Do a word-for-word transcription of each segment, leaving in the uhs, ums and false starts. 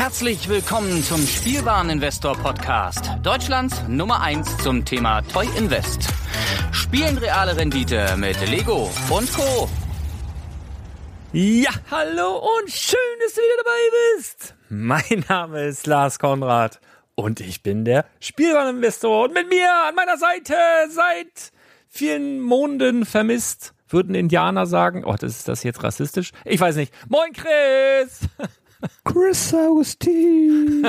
Herzlich willkommen zum Spielwareninvestor-Podcast. Deutschlands Nummer eins zum Thema Toy Invest. Spielen reale Rendite mit Lego und Co. Ja, hallo und schön, dass du wieder dabei bist. Mein Name ist Lars Konrad und ich bin der Spielwareninvestor. Und mit mir an meiner Seite seit vielen Monden vermisst, würden Indianer sagen. Oh, das ist das jetzt rassistisch? Ich weiß nicht. Moin, Chris! Chris Augustin.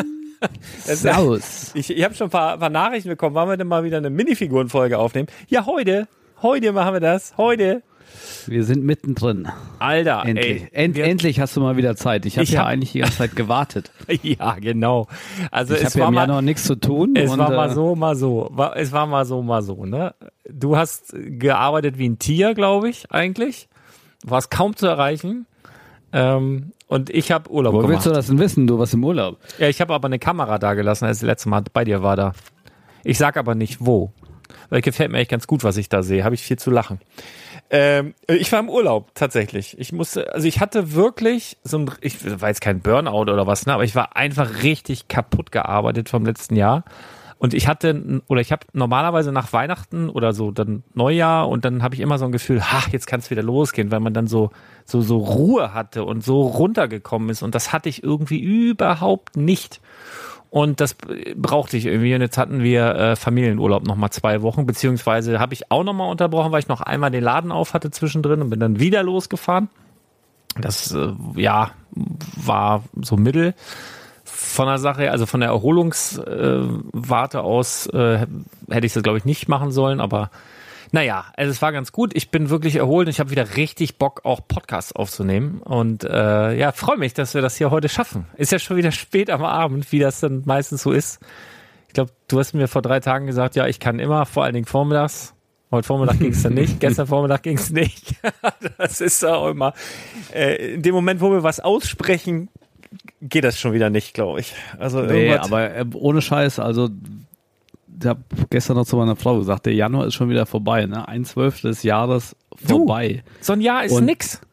Servus. Ich, ich habe schon ein paar, paar Nachrichten bekommen. Wollen wir denn mal wieder eine Minifigurenfolge aufnehmen? Ja, heute. Heute machen wir das. Heute. Wir sind mittendrin. Alter, endlich. ey. End, endlich hast du mal wieder Zeit. Ich habe ja hab, eigentlich die ganze Zeit gewartet. Ja, genau. Also ich es habe war ja im mal Januar nichts zu tun. Es und, war mal äh, so, mal so. War, es war mal so, mal so. Ne? Du hast gearbeitet wie ein Tier, glaube ich, eigentlich. Du warst kaum zu erreichen. Ähm, und ich habe Urlaub Wo gemacht. Wo willst du das denn wissen? Du warst im Urlaub. Ja, ich habe aber eine Kamera da gelassen, als ich das letzte Mal bei dir war da. Ich sag aber nicht wo. Weil gefällt mir echt ganz gut, was ich da sehe. Habe ich viel zu lachen. Ähm, ich war im Urlaub, tatsächlich. Ich musste, also ich hatte wirklich so ein, ich war jetzt kein Burnout oder was, ne, aber ich war einfach richtig kaputt gearbeitet vom letzten Jahr. Und ich hatte, oder ich habe normalerweise nach Weihnachten oder so dann Neujahr und dann habe ich immer so ein Gefühl, ha, jetzt kann es wieder losgehen, weil man dann so, so, so Ruhe hatte und so runtergekommen ist. Und das hatte ich irgendwie überhaupt nicht. Und das brauchte ich irgendwie. Und jetzt hatten wir äh, Familienurlaub nochmal zwei Wochen, beziehungsweise habe ich auch nochmal unterbrochen, weil ich noch einmal den Laden auf hatte zwischendrin und bin dann wieder losgefahren. Das, äh, ja, war so mittel von der Sache, also von der Erholungswarte äh, aus äh, hätte ich das, glaube ich, nicht machen sollen, aber naja, also es war ganz gut. Ich bin wirklich erholt und ich habe wieder richtig Bock, auch Podcasts aufzunehmen. Und äh, ja, freue mich, dass wir das hier heute schaffen. Ist ja schon wieder spät am Abend, wie das dann meistens so ist. Ich glaube, du hast mir vor drei Tagen gesagt, ja, ich kann immer, vor allen Dingen vormittags. Heute Vormittag ging es dann nicht, gestern Vormittag ging es nicht. Das ist auch immer. Äh, in dem Moment, wo wir was aussprechen, geht das schon wieder nicht, glaube ich. Also nee, aber äh, ohne Scheiß, also ich habe gestern noch zu meiner Frau gesagt, der Januar ist schon wieder vorbei, ne? Ein Zwölftel des Jahres vorbei. Du, so ein Jahr ist und, nix.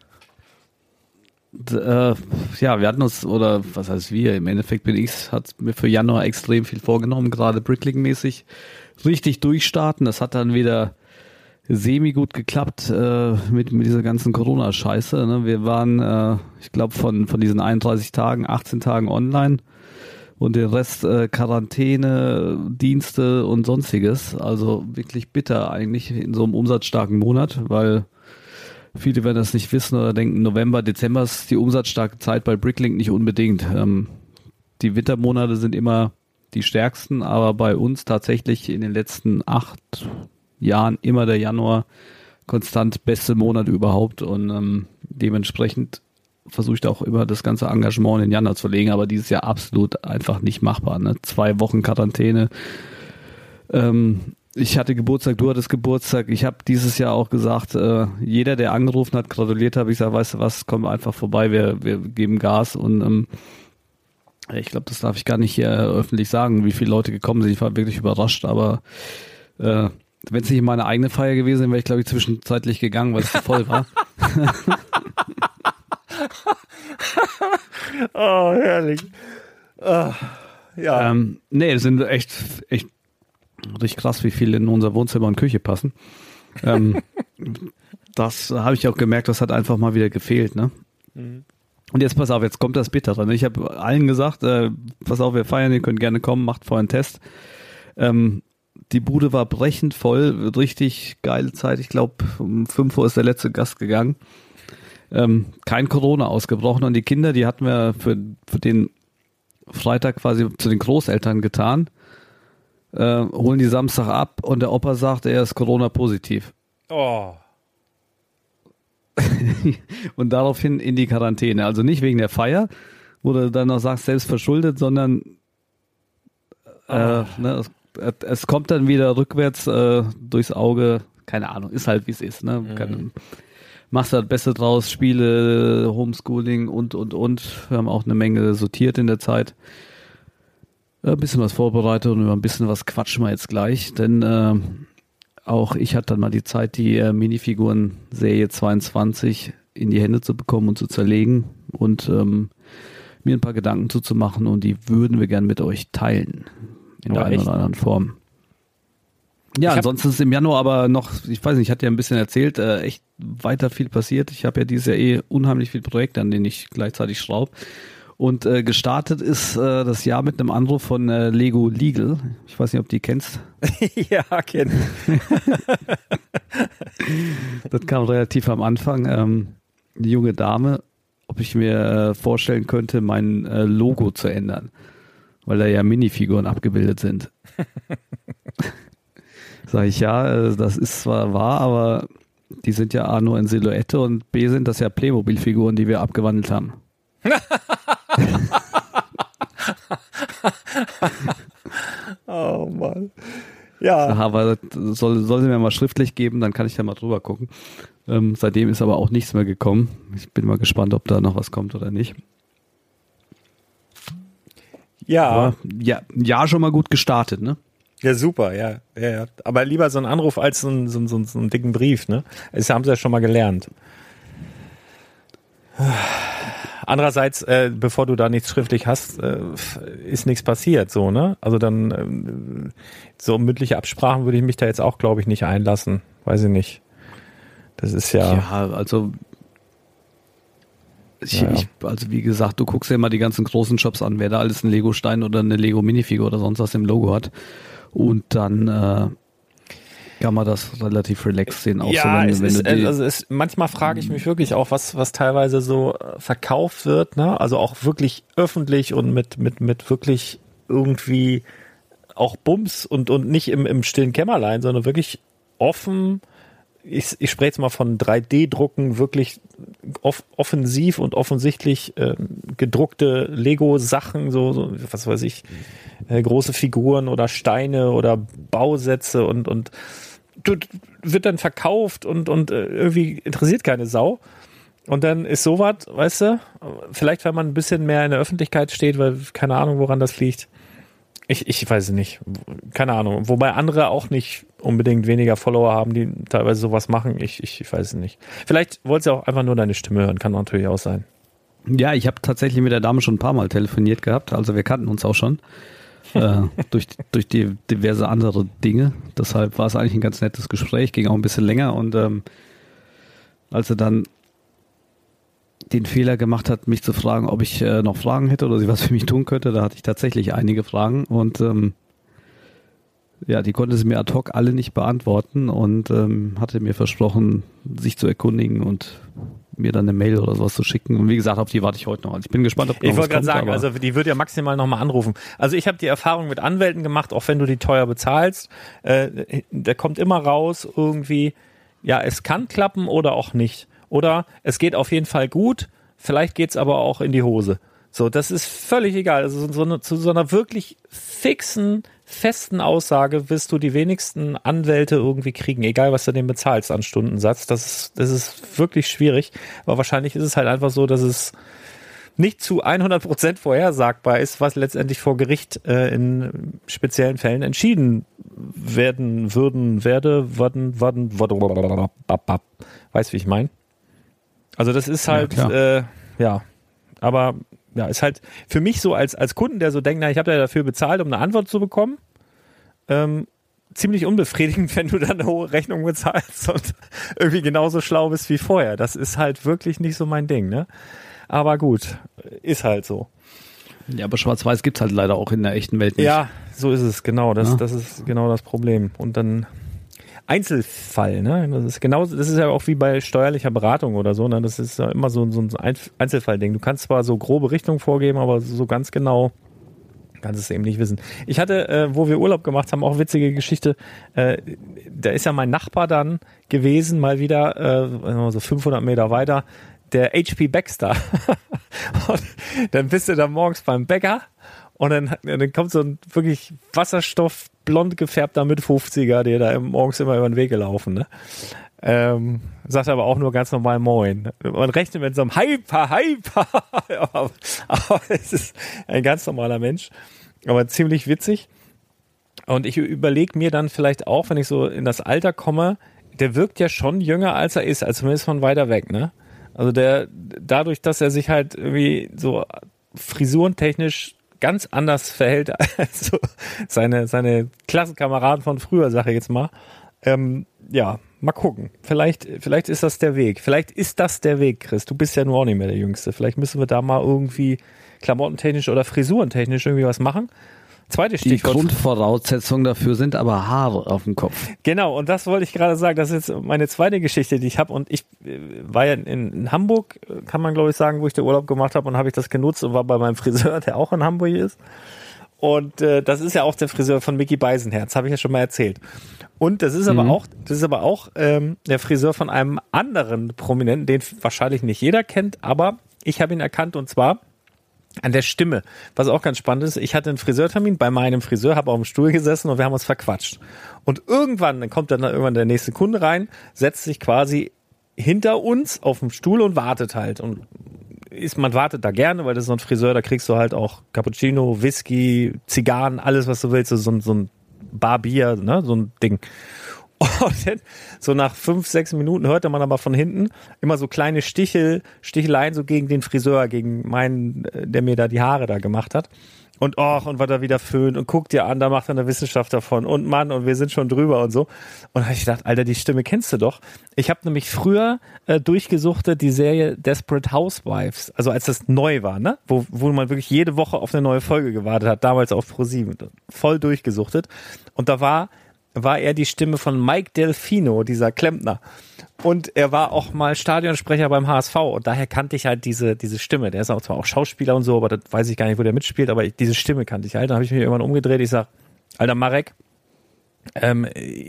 Äh, ja, wir hatten uns, oder was heißt wir, im Endeffekt bin ich, hat mir für Januar extrem viel vorgenommen, gerade Bricklink-mäßig richtig durchstarten. Das hat dann wieder semi gut geklappt äh, mit, mit dieser ganzen Corona-Scheiße. Ne? Wir waren, äh, ich glaube, von, von diesen einunddreißig Tagen, achtzehn Tagen online. Und den Rest äh, Quarantäne, Dienste und sonstiges. Also wirklich bitter eigentlich in so einem umsatzstarken Monat, weil viele werden das nicht wissen oder denken, November, Dezember ist die umsatzstarke Zeit bei Bricklink nicht unbedingt. Ähm, die Wintermonate sind immer die stärksten, aber bei uns tatsächlich in den letzten acht Jahren immer der Januar konstant beste Monat überhaupt und ähm, dementsprechend versuche ich da auch immer das ganze Engagement in den Januar zu legen, aber dieses Jahr absolut einfach nicht machbar. Ne? Zwei Wochen Quarantäne. Ähm, ich hatte Geburtstag, du hattest Geburtstag. Ich habe dieses Jahr auch gesagt, äh, jeder, der angerufen hat, gratuliert habe. Ich sage, weißt du was, komm einfach vorbei, wir, wir geben Gas. Und ähm, ich glaube, das darf ich gar nicht hier öffentlich sagen, wie viele Leute gekommen sind. Ich war wirklich überrascht, aber äh, wenn es nicht meine eigene Feier gewesen wäre, wäre ich, glaube ich, zwischenzeitlich gegangen, weil es zu voll war. Oh, herrlich. Oh, ja. Ähm, nee, es sind echt, echt richtig krass, wie viele in unser Wohnzimmer und Küche passen. Ähm, das habe ich auch gemerkt, das hat einfach mal wieder gefehlt, ne? Mhm. Und jetzt pass auf, jetzt kommt das Bittere. Ne? Ich habe allen gesagt, äh, pass auf, wir feiern, ihr könnt gerne kommen, macht vorher einen Test. Ähm, die Bude war brechend voll, richtig geile Zeit. Ich glaube, um fünf Uhr ist der letzte Gast gegangen. Ähm, kein Corona ausgebrochen und die Kinder, die hatten wir für, für den Freitag quasi zu den Großeltern getan, äh, holen die Samstag ab und der Opa sagt, er ist Corona-positiv. Oh. Und daraufhin in die Quarantäne. Also nicht wegen der Feier, wo du dann noch sagst, selbst verschuldet, sondern äh, oh. ne, es, es kommt dann wieder rückwärts äh, durchs Auge. Keine Ahnung, ist halt wie es ist. Ne? Mhm. Machst halt Beste draus, Spiele, Homeschooling und, und, und. Wir haben auch eine Menge sortiert in der Zeit. Ein bisschen was vorbereitet und über ein bisschen was quatschen wir jetzt gleich, denn äh, auch ich hatte dann mal die Zeit, die äh, Minifiguren-Serie zweiundzwanzig in die Hände zu bekommen und zu zerlegen und ähm, mir ein paar Gedanken zuzumachen und die würden wir gern mit euch teilen. In der Aber einen echt? oder anderen Form. Ja, hab- ansonsten ist im Januar aber noch, ich weiß nicht, ich hatte ja ein bisschen erzählt, äh, echt weiter viel passiert. Ich habe ja dieses Jahr eh unheimlich viele Projekte, an denen ich gleichzeitig schraube. Und äh, gestartet ist äh, das Jahr mit einem Anruf von äh, Lego Legal. Ich weiß nicht, ob du die kennst. Ja, kenn ich. Das kam relativ am Anfang. Ähm, eine junge Dame, ob ich mir äh, vorstellen könnte, mein äh, Logo zu ändern, weil da ja Minifiguren abgebildet sind. Sag ich, ja, äh, das ist zwar wahr, aber die sind ja A nur in Silhouette und B sind das ja Playmobil-Figuren, die wir abgewandelt haben. Oh Mann. Ja. Aber das soll, soll sie mir mal schriftlich geben, dann kann ich da mal drüber gucken. Ähm, seitdem ist aber auch nichts mehr gekommen. Ich bin mal gespannt, ob da noch was kommt oder nicht. Ja. Aber ja, ja, schon mal gut gestartet, ne? Ja, super, ja, ja, ja. Aber lieber so ein Anruf als so, ein, so, ein, so, ein, so einen dicken Brief, ne? Das haben sie ja schon mal gelernt. Andererseits, äh, bevor du da nichts schriftlich hast, äh, ist nichts passiert, so, ne? Also dann, ähm, so mündliche Absprachen würde ich mich da jetzt auch, glaube ich, nicht einlassen. Weiß ich nicht. Das ist ja. Ja, also ich, Ja, ja. ich, also wie gesagt, du guckst dir immer die ganzen großen Shops an, wer da alles einen Lego-Stein oder eine Lego-Minifigur oder sonst was im Logo hat. Und dann äh, kann man das relativ relaxed sehen. Auch ja, so, wenn, es wenn ist, du die, also es, manchmal frage ich mich wirklich auch, was, was teilweise so äh, verkauft wird, ne? Also auch wirklich öffentlich und mit, mit, mit wirklich irgendwie auch Bums und, und nicht im, im stillen Kämmerlein, sondern wirklich offen. Ich, ich spreche jetzt mal von drei D-Drucken, wirklich off, offensiv und offensichtlich äh, gedruckte Lego-Sachen, so, so, was weiß ich, äh, große Figuren oder Steine oder Bausätze und, und du, wird dann verkauft und, und äh, irgendwie interessiert keine Sau. Und dann ist sowas, weißt du, vielleicht wenn man ein bisschen mehr in der Öffentlichkeit steht, weil keine Ahnung, woran das liegt. Ich, ich weiß es nicht. Keine Ahnung. Wobei andere auch nicht unbedingt weniger Follower haben, die teilweise sowas machen. Ich, ich, ich weiß es nicht. Vielleicht wollt ihr auch einfach nur deine Stimme hören. Kann natürlich auch sein. ja, ich habe tatsächlich mit der Dame schon ein paar Mal telefoniert gehabt. Also wir kannten uns auch schon. äh, durch, durch die diverse andere Dinge. Deshalb war es eigentlich ein ganz nettes Gespräch. Ging auch ein bisschen länger. Und ähm, als er dann den Fehler gemacht hat, mich zu fragen, ob ich äh, noch Fragen hätte oder sie was für mich tun könnte, da hatte ich tatsächlich einige Fragen und ähm, ja, die konnte sie mir ad hoc alle nicht beantworten und ähm, hatte mir versprochen, sich zu erkundigen und mir dann eine Mail oder sowas zu schicken. Und wie gesagt, auf die warte ich heute noch. Also ich bin gespannt, ob noch Ich was wollte gerade kommt, sagen, aber also die wird ja maximal nochmal anrufen. Also ich habe die Erfahrung mit Anwälten gemacht, auch wenn du die teuer bezahlst, äh, da kommt immer raus irgendwie, ja, es kann klappen oder auch nicht. Oder es geht auf jeden Fall gut, vielleicht geht's aber auch in die Hose. So, das ist völlig egal. Also so eine, zu so einer wirklich fixen, festen Aussage wirst du die wenigsten Anwälte irgendwie kriegen, egal was du denen bezahlst an Stundensatz. Das ist, das ist wirklich schwierig. Aber wahrscheinlich ist es halt einfach so, dass es nicht zu hundert Prozent vorhersagbar ist, was letztendlich vor Gericht äh, in speziellen Fällen entschieden werden würden, werde, würden, würden, würden, weißt du, wie ich meine? Also das ist halt, Ja, ja, äh, ja, aber ja, ist halt für mich so als, als Kunden, der so denkt, na, ich habe ja dafür bezahlt, um eine Antwort zu bekommen, ähm, ziemlich unbefriedigend, wenn du dann eine hohe Rechnung bezahlst und irgendwie genauso schlau bist wie vorher. Das ist halt wirklich nicht so mein Ding, ne? Aber gut, ist halt so. ja, aber Schwarz-Weiß gibt's halt leider auch in der echten Welt nicht. Ja, so ist es, genau. Das, Ja. das ist genau das Problem. Und dann Einzelfall, ne? Das ist genau, das ist ja auch wie bei steuerlicher Beratung oder so, ne? Das ist ja immer so, so ein Einzelfallding. Du kannst zwar so grobe Richtungen vorgeben, aber so ganz genau kannst es eben nicht wissen. Ich hatte, äh, wo wir Urlaub gemacht haben, auch witzige Geschichte. Äh, da ist ja mein Nachbar dann gewesen, mal wieder, äh, so fünfhundert Meter weiter, der H P Baxter. Und dann bist du da morgens beim Bäcker und dann, dann kommt so ein wirklich Wasserstoff blond gefärbter mit fünfziger, der da morgens immer über den Weg gelaufen, ne? Ähm, sagt aber auch nur ganz normal Moin. Man rechnet mit so einem Hyper, Hyper. aber, aber es ist ein ganz normaler Mensch. Aber ziemlich witzig. Und ich überlege mir dann vielleicht auch, wenn ich so in das Alter komme, der wirkt ja schon jünger, als er ist, also zumindest von weiter weg, ne? Also der, dadurch, dass er sich halt irgendwie so frisurentechnisch ganz anders verhält als so seine, seine Klassenkameraden von früher, sage ich jetzt mal. Ähm, ja, mal gucken. Vielleicht, vielleicht ist das der Weg. Vielleicht ist das der Weg, Chris. Du bist ja nur auch nicht mehr der Jüngste. Vielleicht müssen wir da mal irgendwie klamottentechnisch oder frisurentechnisch irgendwie was machen. Zweites Stichwort. Die Grundvoraussetzungen dafür sind aber Haare auf dem Kopf. Genau, und das wollte ich gerade sagen. Das ist jetzt meine zweite Geschichte, die ich habe. Und ich äh, war ja in, in Hamburg, kann man glaube ich sagen, wo ich den Urlaub gemacht habe, und habe ich das genutzt und war bei meinem Friseur, der auch in Hamburg ist. Und äh, das ist ja auch der Friseur von Micky Beisenherz, habe ich ja schon mal erzählt. Und das ist aber mhm. auch, das ist aber auch ähm, der Friseur von einem anderen Prominenten, den wahrscheinlich nicht jeder kennt, aber ich habe ihn erkannt, und zwar an der Stimme, was auch ganz spannend ist. Ich hatte einen Friseurtermin bei meinem Friseur, habe auf dem Stuhl gesessen und wir haben uns verquatscht. Und irgendwann, dann kommt dann irgendwann der nächste Kunde rein, setzt sich quasi hinter uns auf dem Stuhl und wartet halt. Und ist, man wartet da gerne, weil das ist so ein Friseur, da kriegst du halt auch Cappuccino, Whisky, Zigarren, alles, was du willst, so, so ein Barbier, ne, so ein Ding. Und dann, so nach fünf, sechs Minuten hörte man aber von hinten immer so kleine Stichel, Sticheleien so gegen den Friseur, gegen meinen, der mir da die Haare da gemacht hat. Und och, und was er wieder föhnt und guckt dir an, da macht er eine Wissenschaft davon und Mann, und wir sind schon drüber und so. Und da habe ich gedacht, Alter, die Stimme kennst du doch. Ich habe nämlich früher äh, durchgesuchtet die Serie Desperate Housewives, also als das neu war, ne, wo, wo man wirklich jede Woche auf eine neue Folge gewartet hat, damals auf ProSieben, voll durchgesuchtet. Und da war war er die Stimme von Mike Delfino, dieser Klempner. Und er war auch mal Stadionsprecher beim H S V, und daher kannte ich halt diese diese Stimme. Der ist auch zwar auch Schauspieler und so, aber das weiß ich gar nicht, wo der mitspielt, aber ich, diese Stimme kannte ich halt. Dann habe ich mich irgendwann umgedreht, ich sag, Alter Marek, ähm,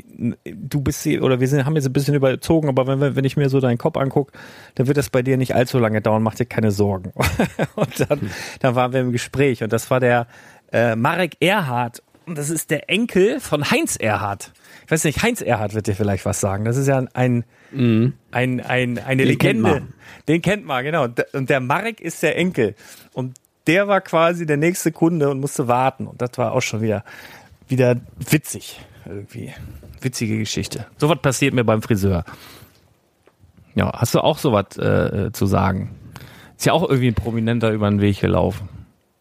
du bist hier, oder wir sind, haben jetzt ein bisschen überzogen, aber wenn, wenn ich mir so deinen Kopf angucke, dann wird das bei dir nicht allzu lange dauern, mach dir keine Sorgen. Und dann, dann waren wir im Gespräch, und das war der äh, Marek Erhardt. Und das ist der Enkel von Heinz Erhardt. Ich weiß nicht, Heinz Erhardt wird dir vielleicht was sagen. Das ist ja ein, mhm. ein, ein, eine Den Legende. Kennt Den kennt man, genau. Und der Marek ist der Enkel. Und der war quasi der nächste Kunde und musste warten. Und das war auch schon wieder, wieder witzig. Irgendwie. Witzige Geschichte. So was passiert mir beim Friseur. Ja, hast du auch sowas äh, zu sagen? Ist ja auch irgendwie ein Prominenter über den Weg gelaufen.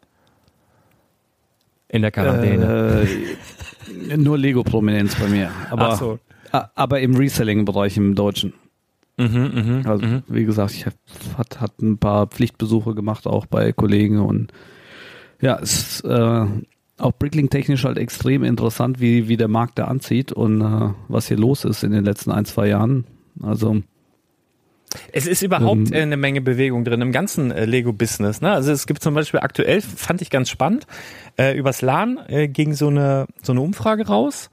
In der Quarantäne. Äh, nur Lego-Prominenz bei mir. Aber, Ach so. aber im Reselling-Bereich im Deutschen. Mhm, mh, also, mh. wie gesagt, ich hat, hat ein paar Pflichtbesuche gemacht, auch bei Kollegen. Und ja, es ist äh, auch Bricklink-technisch halt extrem interessant, wie, wie der Markt da anzieht und äh, was hier los ist in den letzten ein, zwei Jahren. Also es ist überhaupt ähm, eine Menge Bewegung drin im ganzen äh, Lego-Business. Ne? Also es gibt zum Beispiel aktuell, fand ich ganz spannend, äh, übers LAN äh, ging so eine so eine Umfrage raus,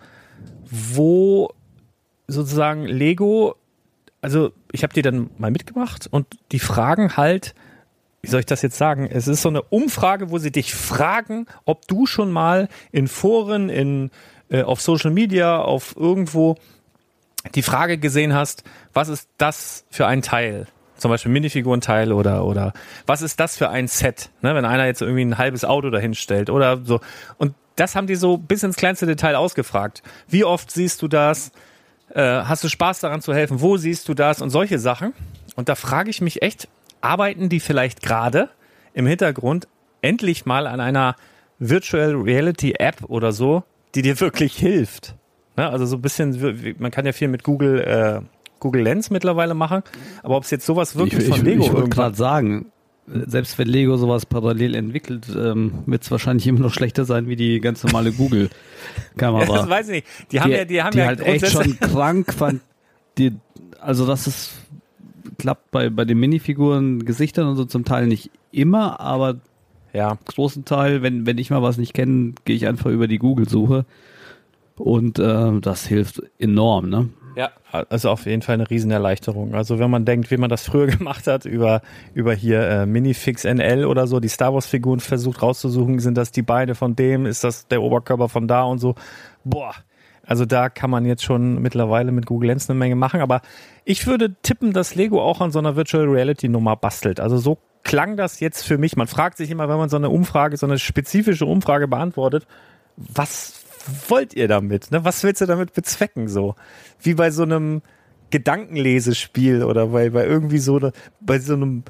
wo sozusagen Lego, also ich habe die dann mal mitgemacht, und die fragen halt, wie soll ich das jetzt sagen, es ist so eine Umfrage, wo sie dich fragen, ob du schon mal in Foren, in äh, auf Social Media, auf irgendwo die Frage gesehen hast, was ist das für ein Teil? Zum Beispiel Minifigurenteil oder, oder was ist das für ein Set? Ne, wenn einer jetzt irgendwie ein halbes Auto dahinstellt oder so. Und das haben die so bis ins kleinste Detail ausgefragt. Wie oft siehst du das? Äh, hast du Spaß daran zu helfen? Wo siehst du das? Und solche Sachen. Und da frage ich mich echt, arbeiten die vielleicht gerade im Hintergrund endlich mal an einer Virtual Reality App oder so, die dir wirklich hilft? Ne, also so ein bisschen, man kann ja viel mit Google, äh, Google Lens mittlerweile machen, aber ob es jetzt sowas wirklich ich, von ich, Lego Ich wollte gerade sagen, selbst wenn Lego sowas parallel entwickelt, ähm, wird es wahrscheinlich immer noch schlechter sein wie die ganz normale Google-Kamera. Das weiß ich nicht. Die haben die, ja, die haben die ja halt echt schon krank fand. Die, also das ist klappt bei bei den Minifiguren, Gesichtern und so zum Teil nicht immer, aber ja, großen Teil, wenn wenn ich mal was nicht kenne, gehe ich einfach über die Google-Suche. Und äh, das hilft enorm, ne? Ja, also auf jeden Fall eine Riesenerleichterung. Also wenn man denkt, wie man das früher gemacht hat, über über hier äh, Minifix N L oder so, die Star Wars Figuren versucht rauszusuchen, sind das die Beine von dem, ist das der Oberkörper von da und so. Boah, also da kann man jetzt schon mittlerweile mit Google Lens eine Menge machen. Aber ich würde tippen, dass Lego auch an so einer Virtual Reality Nummer bastelt. Also so klang das jetzt für mich. Man fragt sich immer, wenn man so eine Umfrage, so eine spezifische Umfrage beantwortet, was wollt ihr damit? Ne? Was willst du damit bezwecken? So wie bei so einem Gedankenlesespiel oder bei, bei irgendwie so eine, bei so einem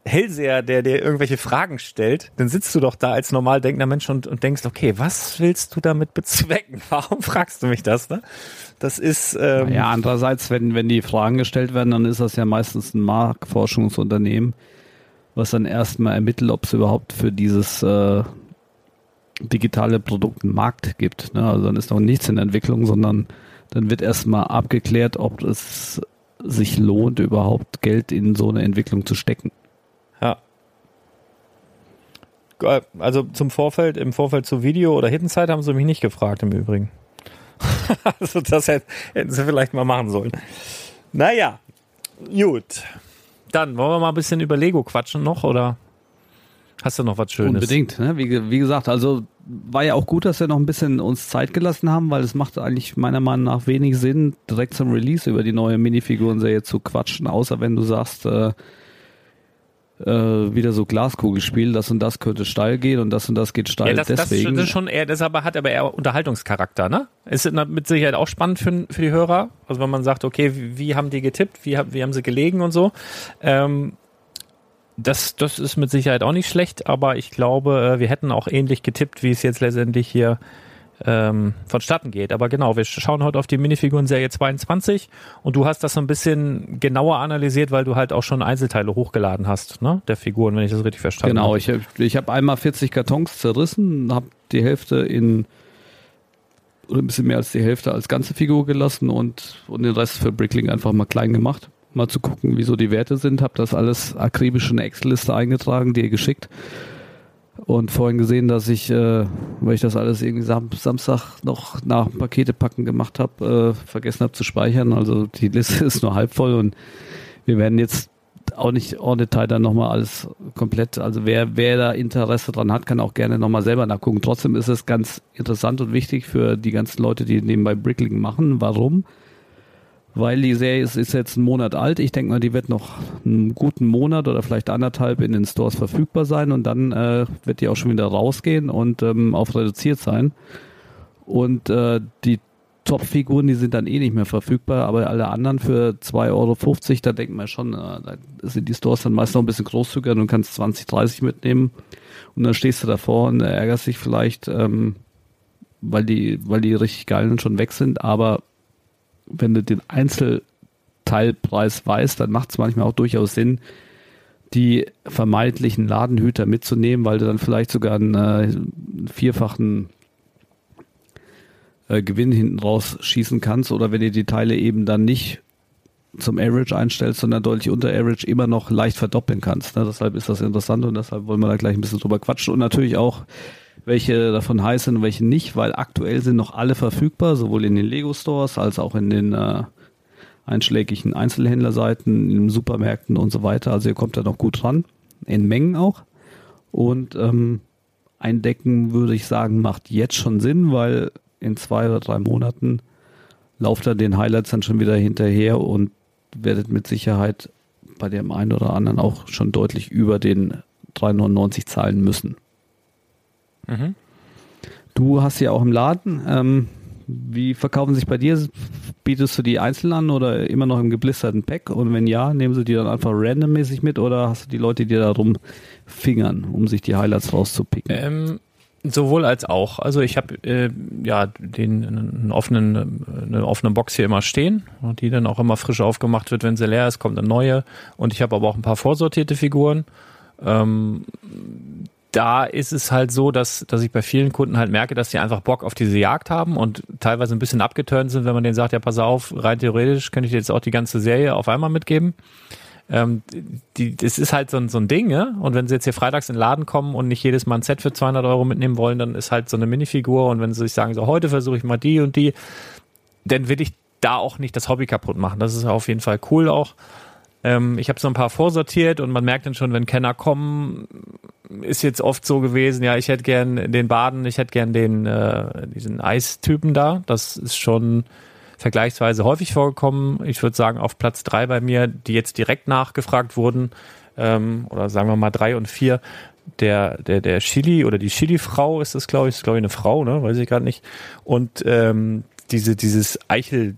Hellseher, der dir irgendwelche Fragen stellt, dann sitzt du doch da als normal denkender Mensch und, und denkst, okay, was willst du damit bezwecken? Warum fragst du mich das? Ne? Das ist ähm ja, andererseits, wenn wenn die Fragen gestellt werden, dann ist das ja meistens ein Marktforschungsunternehmen, was dann erstmal ermittelt, ob es überhaupt für dieses äh, digitale Produkt einen Markt gibt. Ne? Also dann ist noch nichts in Entwicklung, sondern dann wird erstmal abgeklärt, ob es sich lohnt, überhaupt Geld in so eine Entwicklung zu stecken. Ja. Also zum Vorfeld, im Vorfeld zu Video oder Hidden Side haben sie mich nicht gefragt im Übrigen. Also das hätten sie vielleicht mal machen sollen. Naja, gut. Dann wollen wir mal ein bisschen über Lego quatschen noch, oder hast du noch was Schönes? Unbedingt. Ne? Wie, wie gesagt, also war ja auch gut, dass wir noch ein bisschen uns Zeit gelassen haben, weil es macht eigentlich meiner Meinung nach wenig Sinn, direkt zum Release über die neue Minifiguren-Serie zu quatschen, außer wenn du sagst, äh, äh, wieder so Glaskugelspiel, das und das könnte steil gehen und das und das geht steil. Ja, das, deswegen. Das ist schon eher, das aber hat aber eher Unterhaltungscharakter, ne? Ist mit Sicherheit auch spannend für, für die Hörer. Also wenn man sagt, okay, wie, wie haben die getippt, wie, wie haben sie gelegen und so. Ähm, das, das ist mit Sicherheit auch nicht schlecht, aber ich glaube, wir hätten auch ähnlich getippt, wie es jetzt letztendlich hier ähm, vonstatten geht. Aber genau, wir schauen heute auf die Minifiguren-Serie zweiundzwanzig und du hast das so ein bisschen genauer analysiert, weil du halt auch schon Einzelteile hochgeladen hast, ne, der Figuren, wenn ich das richtig verstanden genau, habe. Genau, ich, ich habe einmal vierzig Kartons zerrissen, habe die Hälfte in, oder ein bisschen mehr als die Hälfte als ganze Figur gelassen und, und den Rest für Brickling einfach mal klein gemacht. Mal zu gucken, wieso die Werte sind, habe das alles akribisch in eine Excel-Liste eingetragen, dir geschickt. Und vorhin gesehen, dass ich, äh, weil ich das alles irgendwie Sam- Samstag noch nach dem Paketepacken gemacht habe, äh, vergessen habe zu speichern. Also die Liste ist nur halb voll und wir werden jetzt auch nicht en Detail dann nochmal alles komplett, also wer, wer da Interesse dran hat, kann auch gerne nochmal selber nachgucken. Trotzdem ist es ganz interessant und wichtig für die ganzen Leute, die nebenbei Brickling machen. Warum? Weil die Serie ist, ist jetzt einen Monat alt. Ich denke mal, die wird noch einen guten Monat oder vielleicht anderthalb in den Stores verfügbar sein und dann äh, wird die auch schon wieder rausgehen und ähm, auf reduziert sein. Und äh, die Top-Figuren, die sind dann eh nicht mehr verfügbar, aber alle anderen für zwei Euro fünfzig, da denkt man schon, äh, da sind die Stores dann meist noch ein bisschen großzügiger und du kannst zwanzig, dreißig mitnehmen und dann stehst du davor und ärgerst dich vielleicht, ähm, weil die, weil die richtig geilen schon weg sind, aber wenn du den Einzelteilpreis weißt, dann macht es manchmal auch durchaus Sinn, die vermeintlichen Ladenhüter mitzunehmen, weil du dann vielleicht sogar einen, äh, einen vierfachen äh, Gewinn hinten raus schießen kannst oder wenn ihr die Teile eben dann nicht zum Average einstellst, sondern deutlich unter Average immer noch leicht verdoppeln kannst. Ne? Deshalb ist das interessant und deshalb wollen wir da gleich ein bisschen drüber quatschen und natürlich auch welche davon heiß sind und welche nicht, weil aktuell sind noch alle verfügbar, sowohl in den Lego-Stores als auch in den äh, einschlägigen Einzelhändlerseiten, in den Supermärkten und so weiter. Also ihr kommt da noch gut ran, in Mengen auch. Und ähm, eindecken, würde ich sagen, macht jetzt schon Sinn, weil in zwei oder drei Monaten lauft er den Highlights dann schon wieder hinterher und werdet mit Sicherheit bei dem einen oder anderen auch schon deutlich über den drei neunundneunzig zahlen müssen. Mhm. Du hast ja auch im Laden. Ähm, wie verkaufen sich bei dir? Bietest du die einzeln an oder immer noch im geblisterten Pack? Und wenn ja, nehmen sie die dann einfach randommäßig mit oder hast du die Leute, die da rumfingern, um sich die Highlights rauszupicken? Ähm, sowohl als auch. Also ich habe äh, ja den einen offenen, eine offene Box hier immer stehen, die dann auch immer frisch aufgemacht wird, wenn sie leer ist, kommt eine neue. Und ich habe aber auch ein paar vorsortierte Figuren. Ähm, Da ist es halt so, dass, dass ich bei vielen Kunden halt merke, dass die einfach Bock auf diese Jagd haben und teilweise ein bisschen abgeturnt sind, wenn man denen sagt, ja pass auf, rein theoretisch könnte ich dir jetzt auch die ganze Serie auf einmal mitgeben. Ähm, die, das ist halt so ein, so ein Ding, ne? Und wenn sie jetzt hier freitags in den Laden kommen und nicht jedes Mal ein Set für zweihundert Euro mitnehmen wollen, dann ist halt so eine Minifigur und wenn sie sich sagen, so heute versuche ich mal die und die, dann will ich da auch nicht das Hobby kaputt machen. Das ist auf jeden Fall cool auch. Ähm, ich habe so ein paar vorsortiert und man merkt dann schon, wenn Kenner kommen, ist jetzt oft so gewesen, ja, ich hätte gern den Baden, ich hätte gern den äh, diesen Eistypen da. Das ist schon vergleichsweise häufig vorgekommen. Ich würde sagen, auf Platz drei bei mir, die jetzt direkt nachgefragt wurden, ähm, oder sagen wir mal drei und vier, der der der Chili oder die Chili-Frau ist das, glaube ich, ist glaube ich eine Frau, ne, weiß ich gerade nicht. Und ähm, diese dieses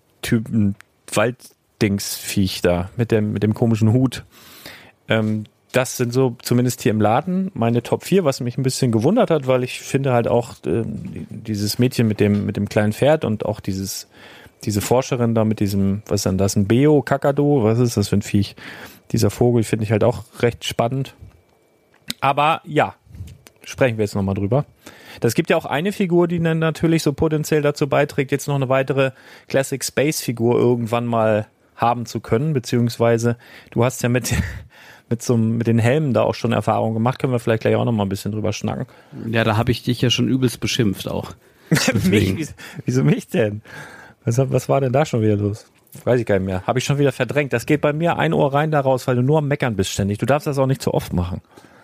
Eicheltypen Wald Dingsviech da mit dem mit dem komischen Hut. Ähm, das sind so zumindest hier im Laden meine Top vier, was mich ein bisschen gewundert hat, weil ich finde halt auch äh, dieses Mädchen mit dem mit dem kleinen Pferd und auch dieses diese Forscherin da mit diesem, was ist denn das, ein Beo, Kakadu, was ist das für ein Viech? Dieser Vogel finde ich halt auch recht spannend. Aber ja, sprechen wir jetzt nochmal drüber. Das gibt ja auch eine Figur, die dann natürlich so potenziell dazu beiträgt, jetzt noch eine weitere Classic Space Figur irgendwann mal haben zu können, beziehungsweise du hast ja mit mit so mit den Helmen da auch schon Erfahrung gemacht, können wir vielleicht gleich auch noch mal ein bisschen drüber schnacken. Ja, da habe ich dich ja schon übelst beschimpft auch. mich, wieso, wieso mich denn? Was, was war denn da schon wieder los? Weiß ich gar nicht mehr. Habe ich schon wieder verdrängt. Das geht bei mir ein Ohr rein da raus, weil du nur am Meckern bist ständig. Du darfst das auch nicht zu oft machen.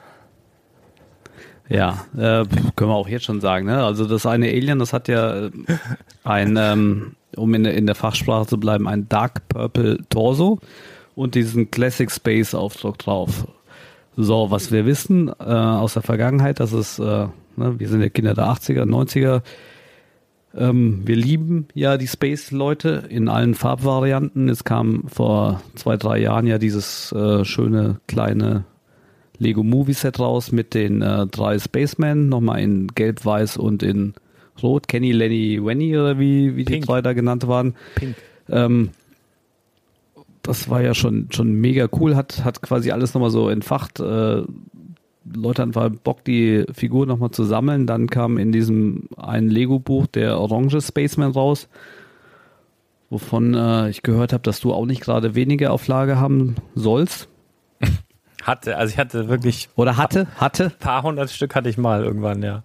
Ja, äh, können wir auch jetzt schon sagen. Ne? Also das eine Alien, das hat ja äh, ein, ähm, um in der, in der Fachsprache zu bleiben, ein Dark Purple Torso und diesen Classic Space Aufdruck drauf. So, was wir wissen äh, aus der Vergangenheit, das ist, äh, ne, wir sind ja Kinder der achtziger, neunziger, ähm, wir lieben ja die Space-Leute in allen Farbvarianten. Es kam vor zwei, drei Jahren ja dieses äh, schöne kleine Lego Movie Set raus mit den äh, drei Spacemen, nochmal in Gelb, Weiß und in Rot. Kenny, Lenny, Wenny oder wie, wie die Pink. drei da genannt waren. Pink. Ähm, das war ja schon, schon mega cool, hat, hat quasi alles nochmal so entfacht. Äh, Leute hatten einfach Bock, die Figur nochmal zu sammeln. Dann kam in diesem einen Lego-Buch der orange Spaceman raus, wovon äh, ich gehört habe, dass du auch nicht gerade wenige auf Lager haben sollst. Hatte, also ich hatte wirklich... Oder hatte, hatte. Ein paar hundert Stück hatte ich mal irgendwann, ja.